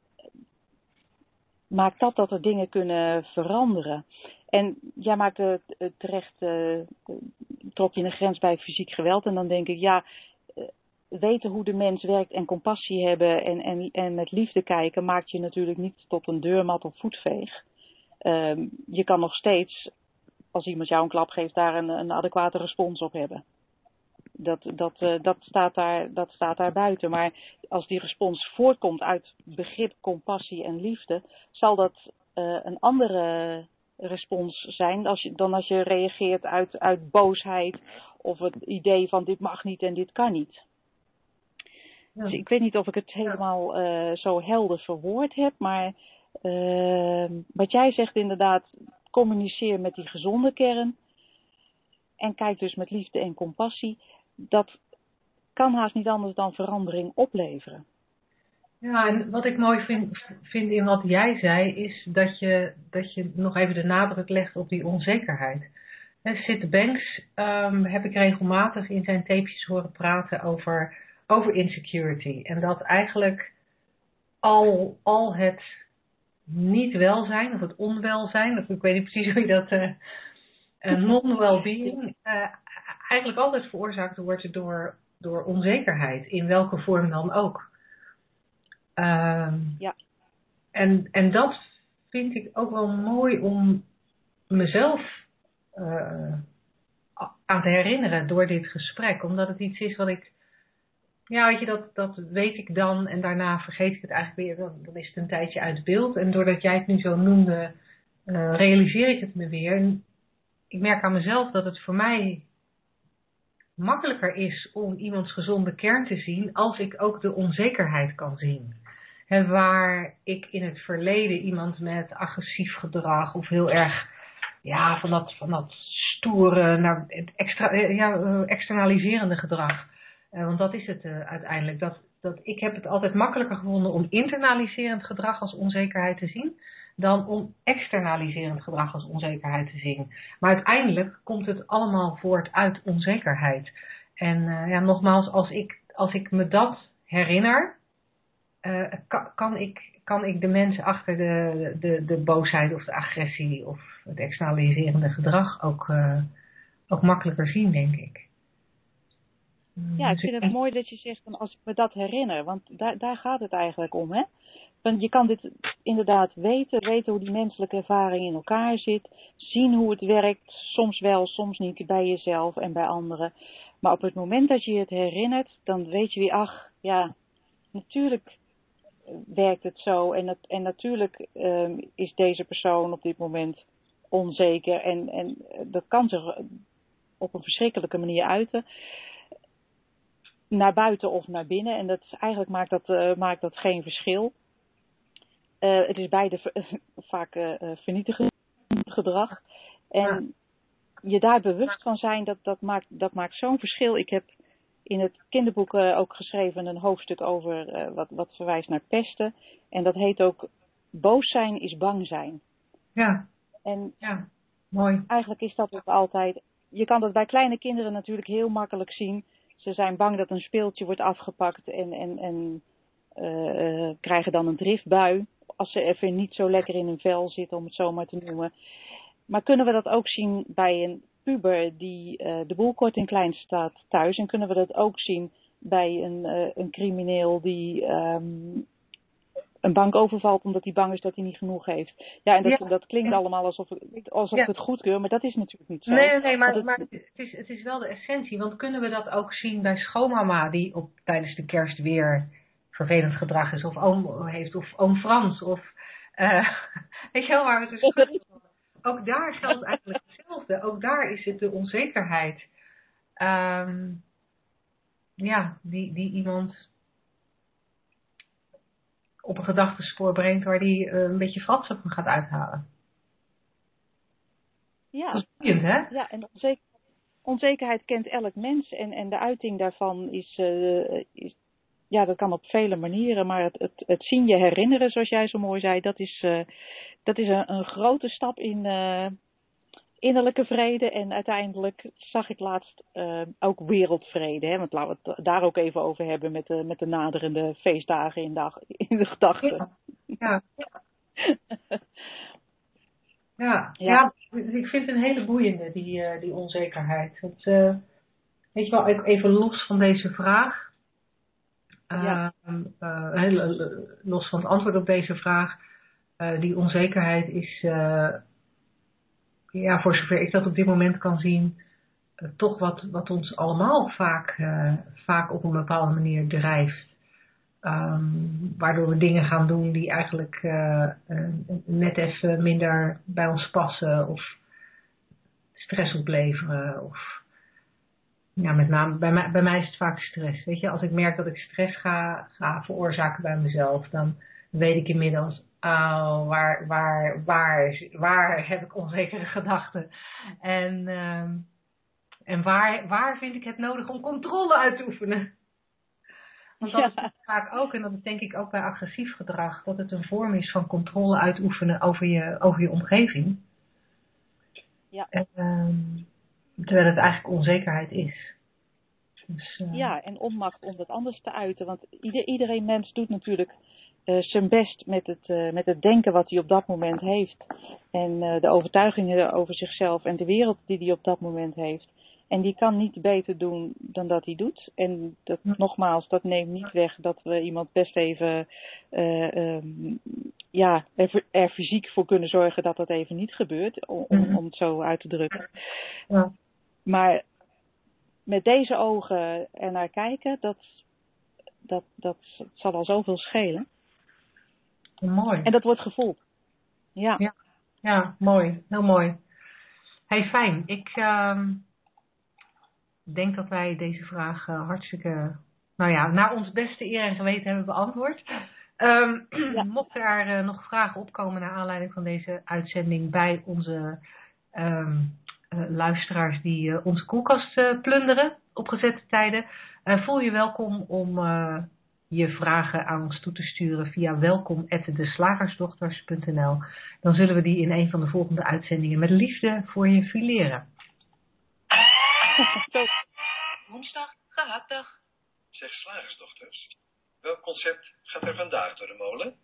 maakt dat er dingen kunnen veranderen. En jij maakte terecht, trok je een grens bij fysiek geweld. En dan denk ik, ja, weten hoe de mens werkt en compassie hebben en met liefde kijken, maakt je natuurlijk niet tot een deurmat of voetveeg. Je kan nog steeds, als iemand jou een klap geeft, daar een adequate respons op hebben. Dat staat daar buiten. Maar als die respons voortkomt uit begrip, compassie en liefde, zal dat een andere respons zijn dan als je reageert uit boosheid of het idee van dit mag niet en dit kan niet. Ja. Dus ik weet niet of ik het helemaal zo helder verwoord heb, maar wat jij zegt inderdaad, communiceer met die gezonde kern en kijk dus met liefde en compassie. Dat kan haast niet anders dan verandering opleveren. Ja, en wat ik mooi vind in wat jij zei, is dat je nog even de nadruk legt op die onzekerheid. Sid Banks heb ik regelmatig in zijn tapejes horen praten over insecurity. En dat eigenlijk al het niet welzijn of het onwelzijn, of ik weet niet precies hoe je dat non-well-being, eigenlijk altijd veroorzaakt wordt door onzekerheid, in welke vorm dan ook. Ja. En dat vind ik ook wel mooi om mezelf aan te herinneren door dit gesprek. Omdat het iets is wat ik, ja, weet je, dat weet ik dan en daarna vergeet ik het eigenlijk weer. Dan is het een tijdje uit beeld. En doordat jij het nu zo noemde, realiseer ik het me weer. En ik merk aan mezelf dat het voor mij makkelijker is om iemands gezonde kern te zien als ik ook de onzekerheid kan zien. En waar ik in het verleden iemand met agressief gedrag of heel erg van dat stoere naar externaliserende gedrag. Want dat is het uiteindelijk. Dat ik heb het altijd makkelijker gevonden om internaliserend gedrag als onzekerheid te zien dan om externaliserend gedrag als onzekerheid te zien. Maar uiteindelijk komt het allemaal voort uit onzekerheid. En nogmaals, als ik me dat herinner, kan ik de mensen achter de boosheid of de agressie of het externaliserende gedrag ook makkelijker zien, denk ik. Ja, ik vind het mooi dat je zegt van als ik me dat herinner, want daar gaat het eigenlijk om, hè? Want je kan dit inderdaad weten hoe die menselijke ervaring in elkaar zit, zien hoe het werkt, soms wel, soms niet, bij jezelf en bij anderen. Maar op het moment dat je het herinnert, dan weet je weer, ach, ja, natuurlijk werkt het zo en natuurlijk is deze persoon op dit moment onzeker en dat kan zich op een verschrikkelijke manier uiten. Naar buiten of naar binnen. En eigenlijk maakt dat geen verschil. Het is beide vaak vernietigend gedrag. En je daar bewust van zijn, dat maakt zo'n verschil. Ik heb in het kinderboek ook geschreven een hoofdstuk over wat verwijst naar pesten. En dat heet ook boos zijn is bang zijn. Ja. En ja, mooi. Eigenlijk is dat ook altijd. Je kan dat bij kleine kinderen natuurlijk heel makkelijk zien. Ze zijn bang dat een speeltje wordt afgepakt en krijgen dan een driftbui. Als ze even niet zo lekker in hun vel zitten, om het zo maar te noemen. Maar kunnen we dat ook zien bij een puber die de boel kort en klein staat thuis? En kunnen we dat ook zien bij een crimineel die een bank overvalt omdat hij bang is dat hij niet genoeg heeft? Ja, en dat klinkt allemaal alsof ik het goedkeur, maar dat is natuurlijk niet zo. Nee, maar het is wel de essentie. Want kunnen we dat ook zien bij schoonmama die tijdens de kerst weer vervelend gedrag is, of oom heeft, of oom Frans, of weet je wel, waar we het ook daar geldt eigenlijk hetzelfde. Ook daar is het de onzekerheid. Die iemand op een gedachtenspoor brengt waar die een beetje fratsen van gaat uithalen. Ja. Dat is boeiend, hè? Ja, en onzekerheid kent elk mens en de uiting daarvan is ja, dat kan op vele manieren, maar het zien je herinneren, zoals jij zo mooi zei, dat is een grote stap in innerlijke vrede. En uiteindelijk zag ik laatst ook wereldvrede, hè, want laten we het daar ook even over hebben met de naderende feestdagen in de gedachten. Ja, ik vind het een hele boeiende, die onzekerheid. Weet je wel, even los van deze vraag. Los van het antwoord op deze vraag. Die onzekerheid is, voor zover ik dat op dit moment kan zien, toch wat ons allemaal vaak op een bepaalde manier drijft. Waardoor we dingen gaan doen die eigenlijk net even minder bij ons passen of stress opleveren. Of, ja, met name bij mij is het vaak stress. Weet je, als ik merk dat ik stress ga veroorzaken bij mezelf, dan weet ik inmiddels, waar heb ik onzekere gedachten? En waar vind ik het nodig om controle uit te oefenen? Want dat is vaak ook, en dat is denk ik ook bij agressief gedrag, dat het een vorm is van controle uitoefenen over je omgeving. Ja. Terwijl het eigenlijk onzekerheid is. Dus, ja, en onmacht om dat anders te uiten. Want iedereen mens doet natuurlijk zijn best met het denken wat hij op dat moment heeft. En de overtuigingen over zichzelf en de wereld die hij op dat moment heeft. En die kan niet beter doen dan dat hij doet. En nogmaals, dat neemt niet weg dat we iemand best even er fysiek voor kunnen zorgen dat dat even niet gebeurt. Om het zo uit te drukken. Ja. Maar met deze ogen ernaar kijken, dat zal al zoveel schelen. Mooi. En dat wordt gevoeld. Ja. Ja, mooi. Heel mooi. Hey, fijn. Ik denk dat wij deze vraag hartstikke, naar ons beste eer en geweten hebben beantwoord. Mochten er nog vragen opkomen naar aanleiding van deze uitzending bij onze luisteraars die onze koelkast plunderen op gezette tijden, voel je welkom om je vragen aan ons toe te sturen via welkom@deslagersdochters.nl. Dan zullen we die in een van de volgende uitzendingen met liefde voor je fileren. Woensdag, gehaktdag. Zeg, slagersdochters, welk concept gaat er vandaag door de molen?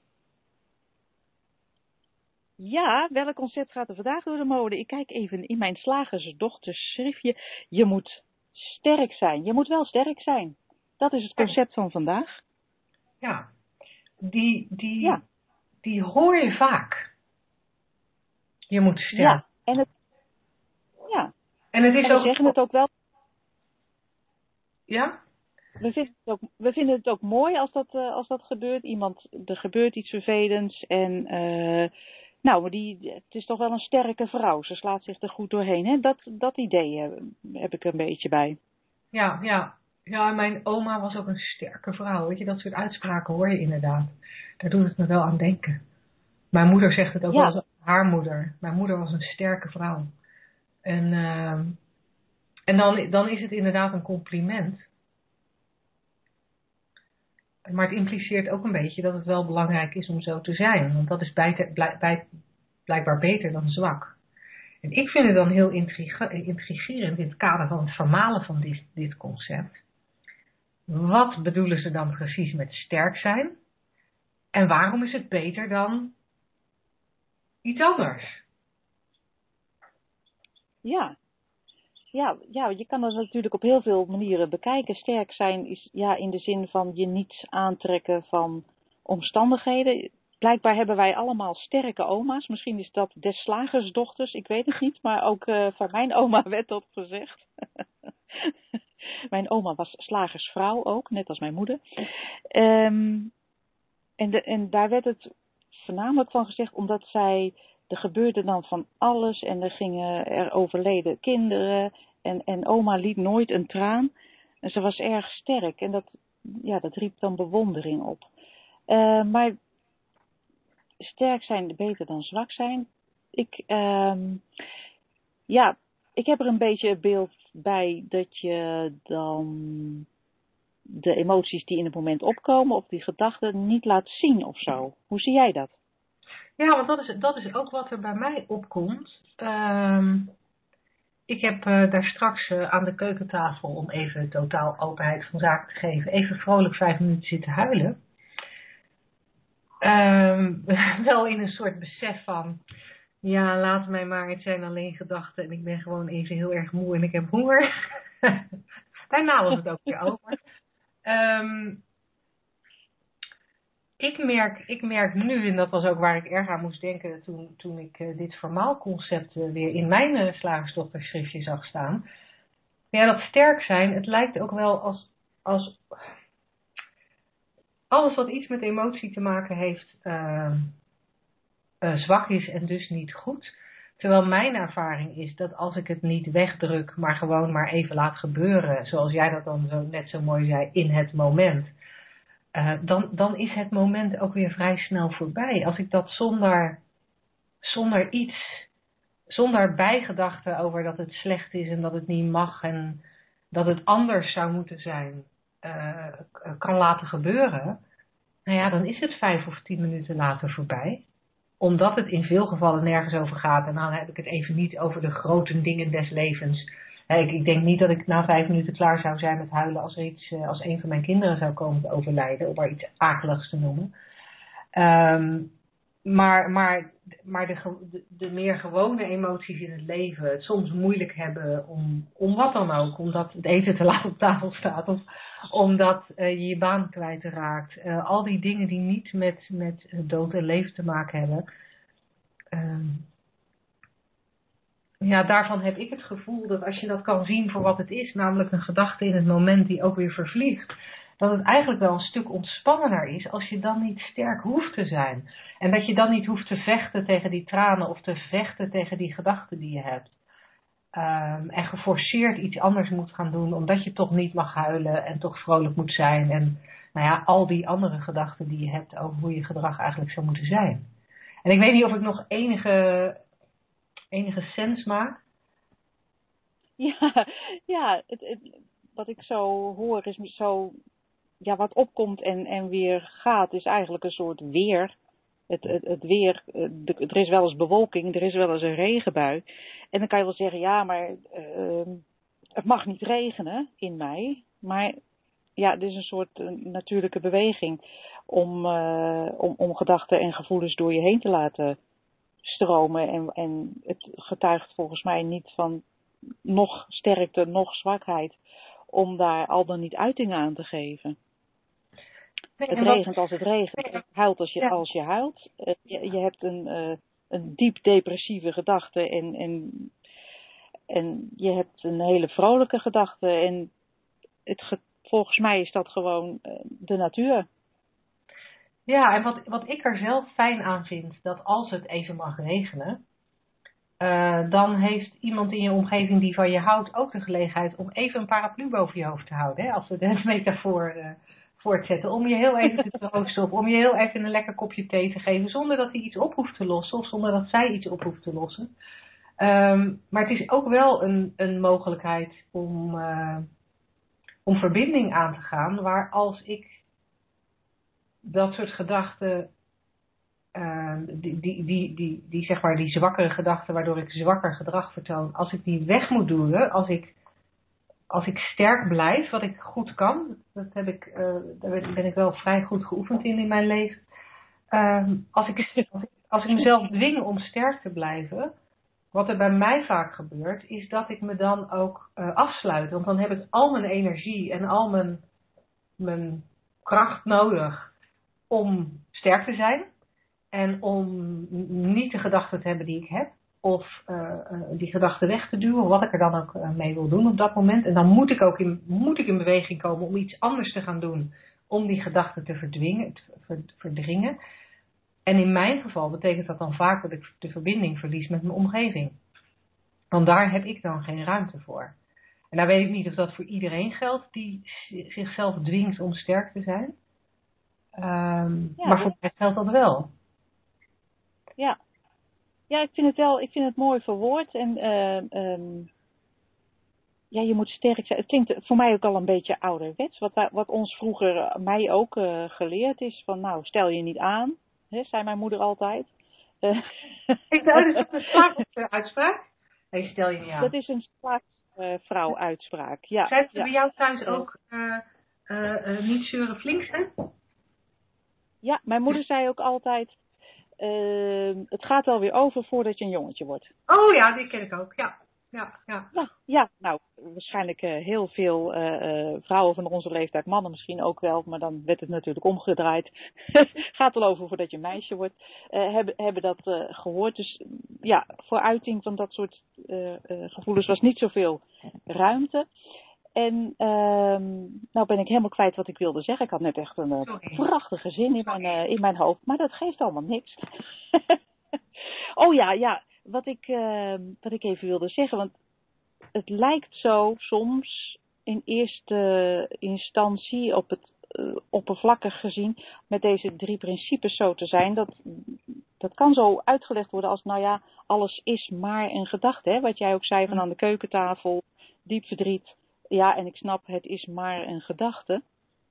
Ja, welk concept gaat er vandaag door de molen? Ik kijk even in mijn slagersdochters schriftje. Je moet sterk zijn. Je moet wel sterk zijn. Dat is het concept van vandaag. Ja, die hoor je vaak. Je moet sterk. Ja, en het is we ook... zeggen het ook wel. Ja? We vinden het ook mooi als dat gebeurt. Er gebeurt iets vervelends en het is toch wel een sterke vrouw. Ze slaat zich er goed doorheen. Hè? Dat idee heb ik een beetje bij. Ja, mijn oma was ook een sterke vrouw. Weet je, dat soort uitspraken hoor je inderdaad. Daar doet het me wel aan denken. Mijn moeder zegt het ook wel eens, haar moeder. Mijn moeder was een sterke vrouw. En dan is het inderdaad een compliment. Maar het impliceert ook een beetje dat het wel belangrijk is om zo te zijn. Want dat is blijkbaar beter dan zwak. En ik vind het dan heel intrigerend in het kader van het vermalen van dit concept. Wat bedoelen ze dan precies met sterk zijn? En waarom is het beter dan iets anders? Ja, je kan dat natuurlijk op heel veel manieren bekijken. Sterk zijn is in de zin van je niets aantrekken van omstandigheden. Blijkbaar hebben wij allemaal sterke oma's. Misschien is dat des slagersdochters, ik weet het niet. Maar ook van mijn oma werd dat gezegd. Mijn oma was slagersvrouw ook, net als mijn moeder. En daar werd het voornamelijk van gezegd omdat er gebeurde dan van alles en er overleden kinderen en oma liet nooit een traan. En ze was erg sterk en dat riep dan bewondering op. Maar sterk zijn beter dan zwak zijn. Ik heb er een beetje het beeld bij dat je dan de emoties die in het moment opkomen of die gedachten niet laat zien of zo. Hoe zie jij dat? Ja, want dat is ook wat er bij mij opkomt. Ik heb daar straks aan de keukentafel, om even totaal openheid van zaken te geven, even vrolijk 5 minuten zitten huilen. Wel in een soort besef van, ja, laat mij maar, het zijn alleen gedachten en ik ben gewoon even heel erg moe en ik heb honger. Daarna was het ook weer over. Ik merk nu, en dat was ook waar ik erg aan moest denken toen ik dit vermaalconcept weer in mijn slagersdochterschriftje zag staan. Ja, dat sterk zijn, het lijkt ook wel als alles wat iets met emotie te maken heeft zwak is en dus niet goed. Terwijl mijn ervaring is dat als ik het niet wegdruk, maar gewoon maar even laat gebeuren, zoals jij dat dan net zo mooi zei, in het moment, dan is het moment ook weer vrij snel voorbij. Als ik dat zonder bijgedachten over dat het slecht is en dat het niet mag en dat het anders zou moeten zijn, kan laten gebeuren, nou ja, dan is het 5 of 10 minuten later voorbij. Omdat het in veel gevallen nergens over gaat. En dan heb ik het even niet over de grote dingen des levens. Ik denk niet dat ik na 5 minuten klaar zou zijn met huilen als een van mijn kinderen zou komen te overlijden. Om maar iets akeligs te noemen. Maar de meer gewone emoties in het leven, het soms moeilijk hebben om wat dan ook, omdat het eten te laat op tafel staat of omdat je baan kwijtraakt. Al die dingen die niet met dood en leven te maken hebben. Daarvan heb ik het gevoel dat als je dat kan zien voor wat het is, namelijk een gedachte in het moment die ook weer vervliegt, dat het eigenlijk wel een stuk ontspannender is als je dan niet sterk hoeft te zijn. En dat je dan niet hoeft te vechten tegen die tranen of te vechten tegen die gedachten die je hebt. En geforceerd iets anders moet gaan doen omdat je toch niet mag huilen en toch vrolijk moet zijn. En al die andere gedachten die je hebt over hoe je gedrag eigenlijk zou moeten zijn. En ik weet niet of ik nog enige sens maak. Ja, wat ik zo hoor is zo, wat opkomt en weer gaat is eigenlijk een soort weer. Het weer, er is wel eens bewolking, er is wel eens een regenbui. En dan kan je wel zeggen, maar het mag niet regenen in mei. Maar het is een soort natuurlijke beweging om gedachten en gevoelens door je heen te laten stromen. En het getuigt volgens mij niet van nog sterkte, nog zwakheid, om daar al dan niet uiting aan te geven. Nee, het regent als het regent, je huilt als je huilt. Je hebt een diep depressieve gedachte en je hebt een hele vrolijke gedachte. En volgens mij is dat gewoon de natuur. Ja, en wat ik er zelf fijn aan vind, dat als het even mag regenen, dan heeft iemand in je omgeving die van je houdt ook de gelegenheid om even een paraplu boven je hoofd te houden. Hè? Als we de metafoor voortzetten. Om je heel even te troosten of om je heel even een lekker kopje thee te geven. Zonder dat hij iets op hoeft te lossen of zonder dat zij iets op hoeft te lossen. Maar het is ook wel een mogelijkheid om verbinding aan te gaan. Waar als ik dat soort gedachten, die zeg maar die zwakkere gedachten waardoor ik zwakker gedrag vertoon, als ik die weg moet duwen, als ik sterk blijf, wat ik goed kan, daar ben ik wel vrij goed geoefend in mijn leven. Als ik mezelf dwing om sterk te blijven, wat er bij mij vaak gebeurt, is dat ik me dan ook afsluit. Want dan heb ik al mijn energie en al mijn kracht nodig om sterk te zijn. En om niet de gedachten te hebben die ik heb. Of die gedachten weg te duwen. Wat ik er dan ook mee wil doen op dat moment. En dan moet ik in beweging komen om iets anders te gaan doen. Om die gedachten te verdringen. En in mijn geval betekent dat dan vaak dat ik de verbinding verlies met mijn omgeving. Want daar heb ik dan geen ruimte voor. En daar weet ik niet of dat voor iedereen geldt die zichzelf dwingt om sterk te zijn. Maar voor mij geldt dat wel. Ja, ik vind het mooi verwoord. En je moet sterk zijn. Het klinkt voor mij ook al een beetje ouderwets. Wat ons vroeger, mij ook geleerd is. Van nou, stel je niet aan. Hè, zei mijn moeder altijd. Ik dacht, dat is een slaaguitspraak. Nee, stel je niet aan. Dat is een slaagsvrouw-uitspraak. Ja. Zijn ze bij jou thuis ook niet zeuren flink zijn? Ja, mijn moeder zei ook altijd, het gaat wel weer over voordat je een jongetje wordt. Oh ja, die ken ik ook, ja. Ja, nou, waarschijnlijk heel veel vrouwen van onze leeftijd, mannen misschien ook wel, maar dan werd het natuurlijk omgedraaid. Gaat wel over voordat je een meisje wordt. Hebben dat gehoord. Dus ja, voor uiting van dat soort gevoelens was niet zoveel ruimte. En nou ben ik helemaal kwijt wat ik wilde zeggen. Ik had net echt een prachtige zin in mijn hoofd, maar dat geeft allemaal niks. Oh ja. Wat ik even wilde zeggen, want het lijkt zo soms in eerste instantie op het oppervlakkig gezien met deze 3 principes zo te zijn. Dat kan zo uitgelegd worden als, nou ja, alles is maar een gedachte. Hè? Wat jij ook zei van aan de keukentafel, diep verdriet. Ja, en ik snap, het is maar een gedachte.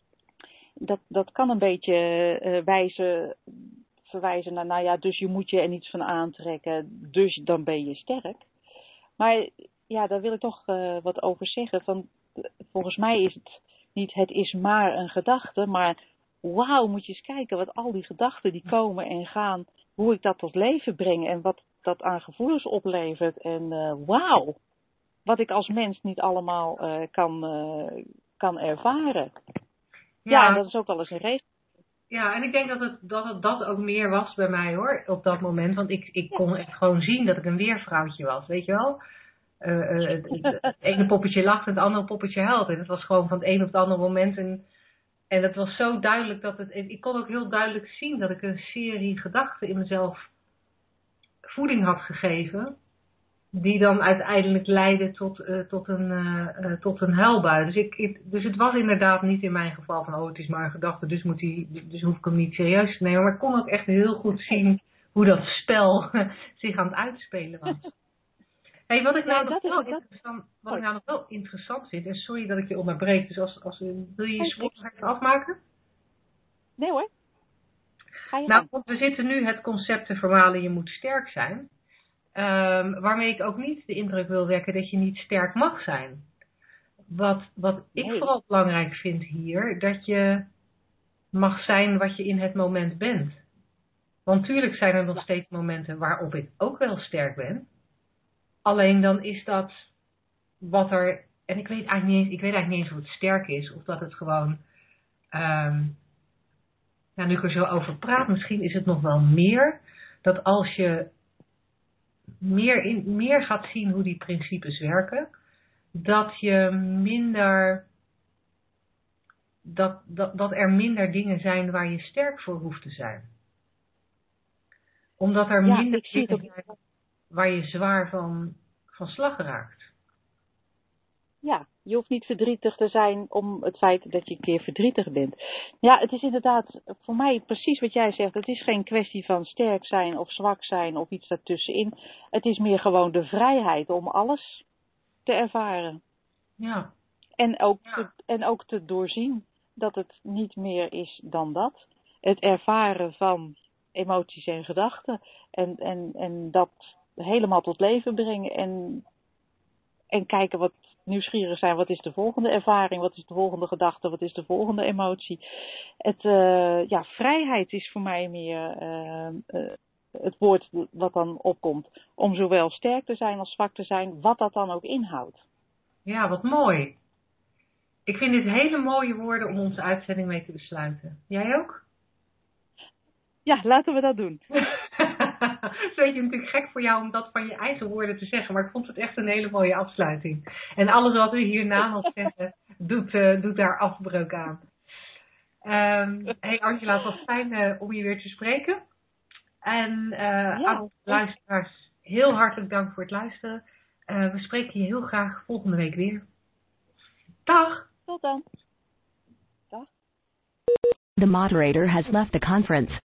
Dat kan een beetje verwijzen naar, nou ja, dus je moet je er niets van aantrekken, dus dan ben je sterk. Maar ja, daar wil ik toch wat over zeggen. Van, volgens mij is het niet, het is maar een gedachte, maar wauw, moet je eens kijken wat al die gedachten die komen en gaan, hoe ik dat tot leven breng en wat dat aan gevoelens oplevert. En wauw, wat ik als mens niet allemaal kan ervaren. Ja, en dat is ook wel eens een regel. Ja, en ik denk dat ook meer was bij mij hoor, op dat moment. Want ik kon echt gewoon zien dat ik een weervrouwtje was, weet je wel. Het ene poppetje lacht en het andere poppetje huilt. En het was gewoon van het een op het andere moment. En het was zo duidelijk ik kon ook heel duidelijk zien dat ik een serie gedachten in mezelf voeding had gegeven. Die dan uiteindelijk leidde tot een huilbui. Dus het was inderdaad niet in mijn geval van, het is maar een gedachte, dus hoef ik hem niet serieus te nemen. Maar ik kon ook echt heel goed zien hoe dat spel zich aan het uitspelen was. Hey, wat ik nou nog wel interessant vind, en sorry dat ik je onderbreek, dus wil je je spoor even afmaken? Nee hoor. Want we zitten nu het concept te vermalen, je moet sterk zijn. Waarmee ik ook niet de indruk wil wekken dat je niet sterk mag zijn. Wat ik vooral belangrijk vind hier, dat je mag zijn wat je in het moment bent. Want tuurlijk zijn er nog steeds momenten waarop ik ook wel sterk ben. Alleen dan is dat wat er... En ik weet eigenlijk niet eens of het sterk is. Of dat het gewoon... nu ik er zo over praat, misschien is het nog wel meer. Dat als je meer gaat zien hoe die principes werken. Dat je minder... Dat er minder dingen zijn waar je sterk voor hoeft te zijn. Omdat er minder dingen zijn waar je zwaar van slag raakt. Ja, je hoeft niet verdrietig te zijn om het feit dat je een keer verdrietig bent. Ja, het is inderdaad voor mij precies wat jij zegt. Het is geen kwestie van sterk zijn of zwak zijn of iets daartussenin. Het is meer gewoon de vrijheid om alles te ervaren. Ja. En ook te doorzien dat het niet meer is dan dat. Het ervaren van emoties en gedachten. En dat helemaal tot leven brengen. En kijken wat nieuwsgierig zijn. Wat is de volgende ervaring? Wat is de volgende gedachte? Wat is de volgende emotie? Vrijheid is voor mij meer het woord wat dan opkomt. Om zowel sterk te zijn als zwak te zijn. Wat dat dan ook inhoudt. Ja, wat mooi. Ik vind dit hele mooie woorden om onze uitzending mee te besluiten. Jij ook? Ja, laten we dat doen. Het is een beetje natuurlijk gek voor jou om dat van je eigen woorden te zeggen, maar ik vond het echt een hele mooie afsluiting. En alles wat we hierna nog zeggen, doet daar afbreuk aan. Hey Angela, het was fijn om je weer te spreken. En aan onze luisteraars, heel hartelijk dank voor het luisteren. We spreken je heel graag volgende week weer. Dag! Tot dan. Dag. The moderator has left the conference.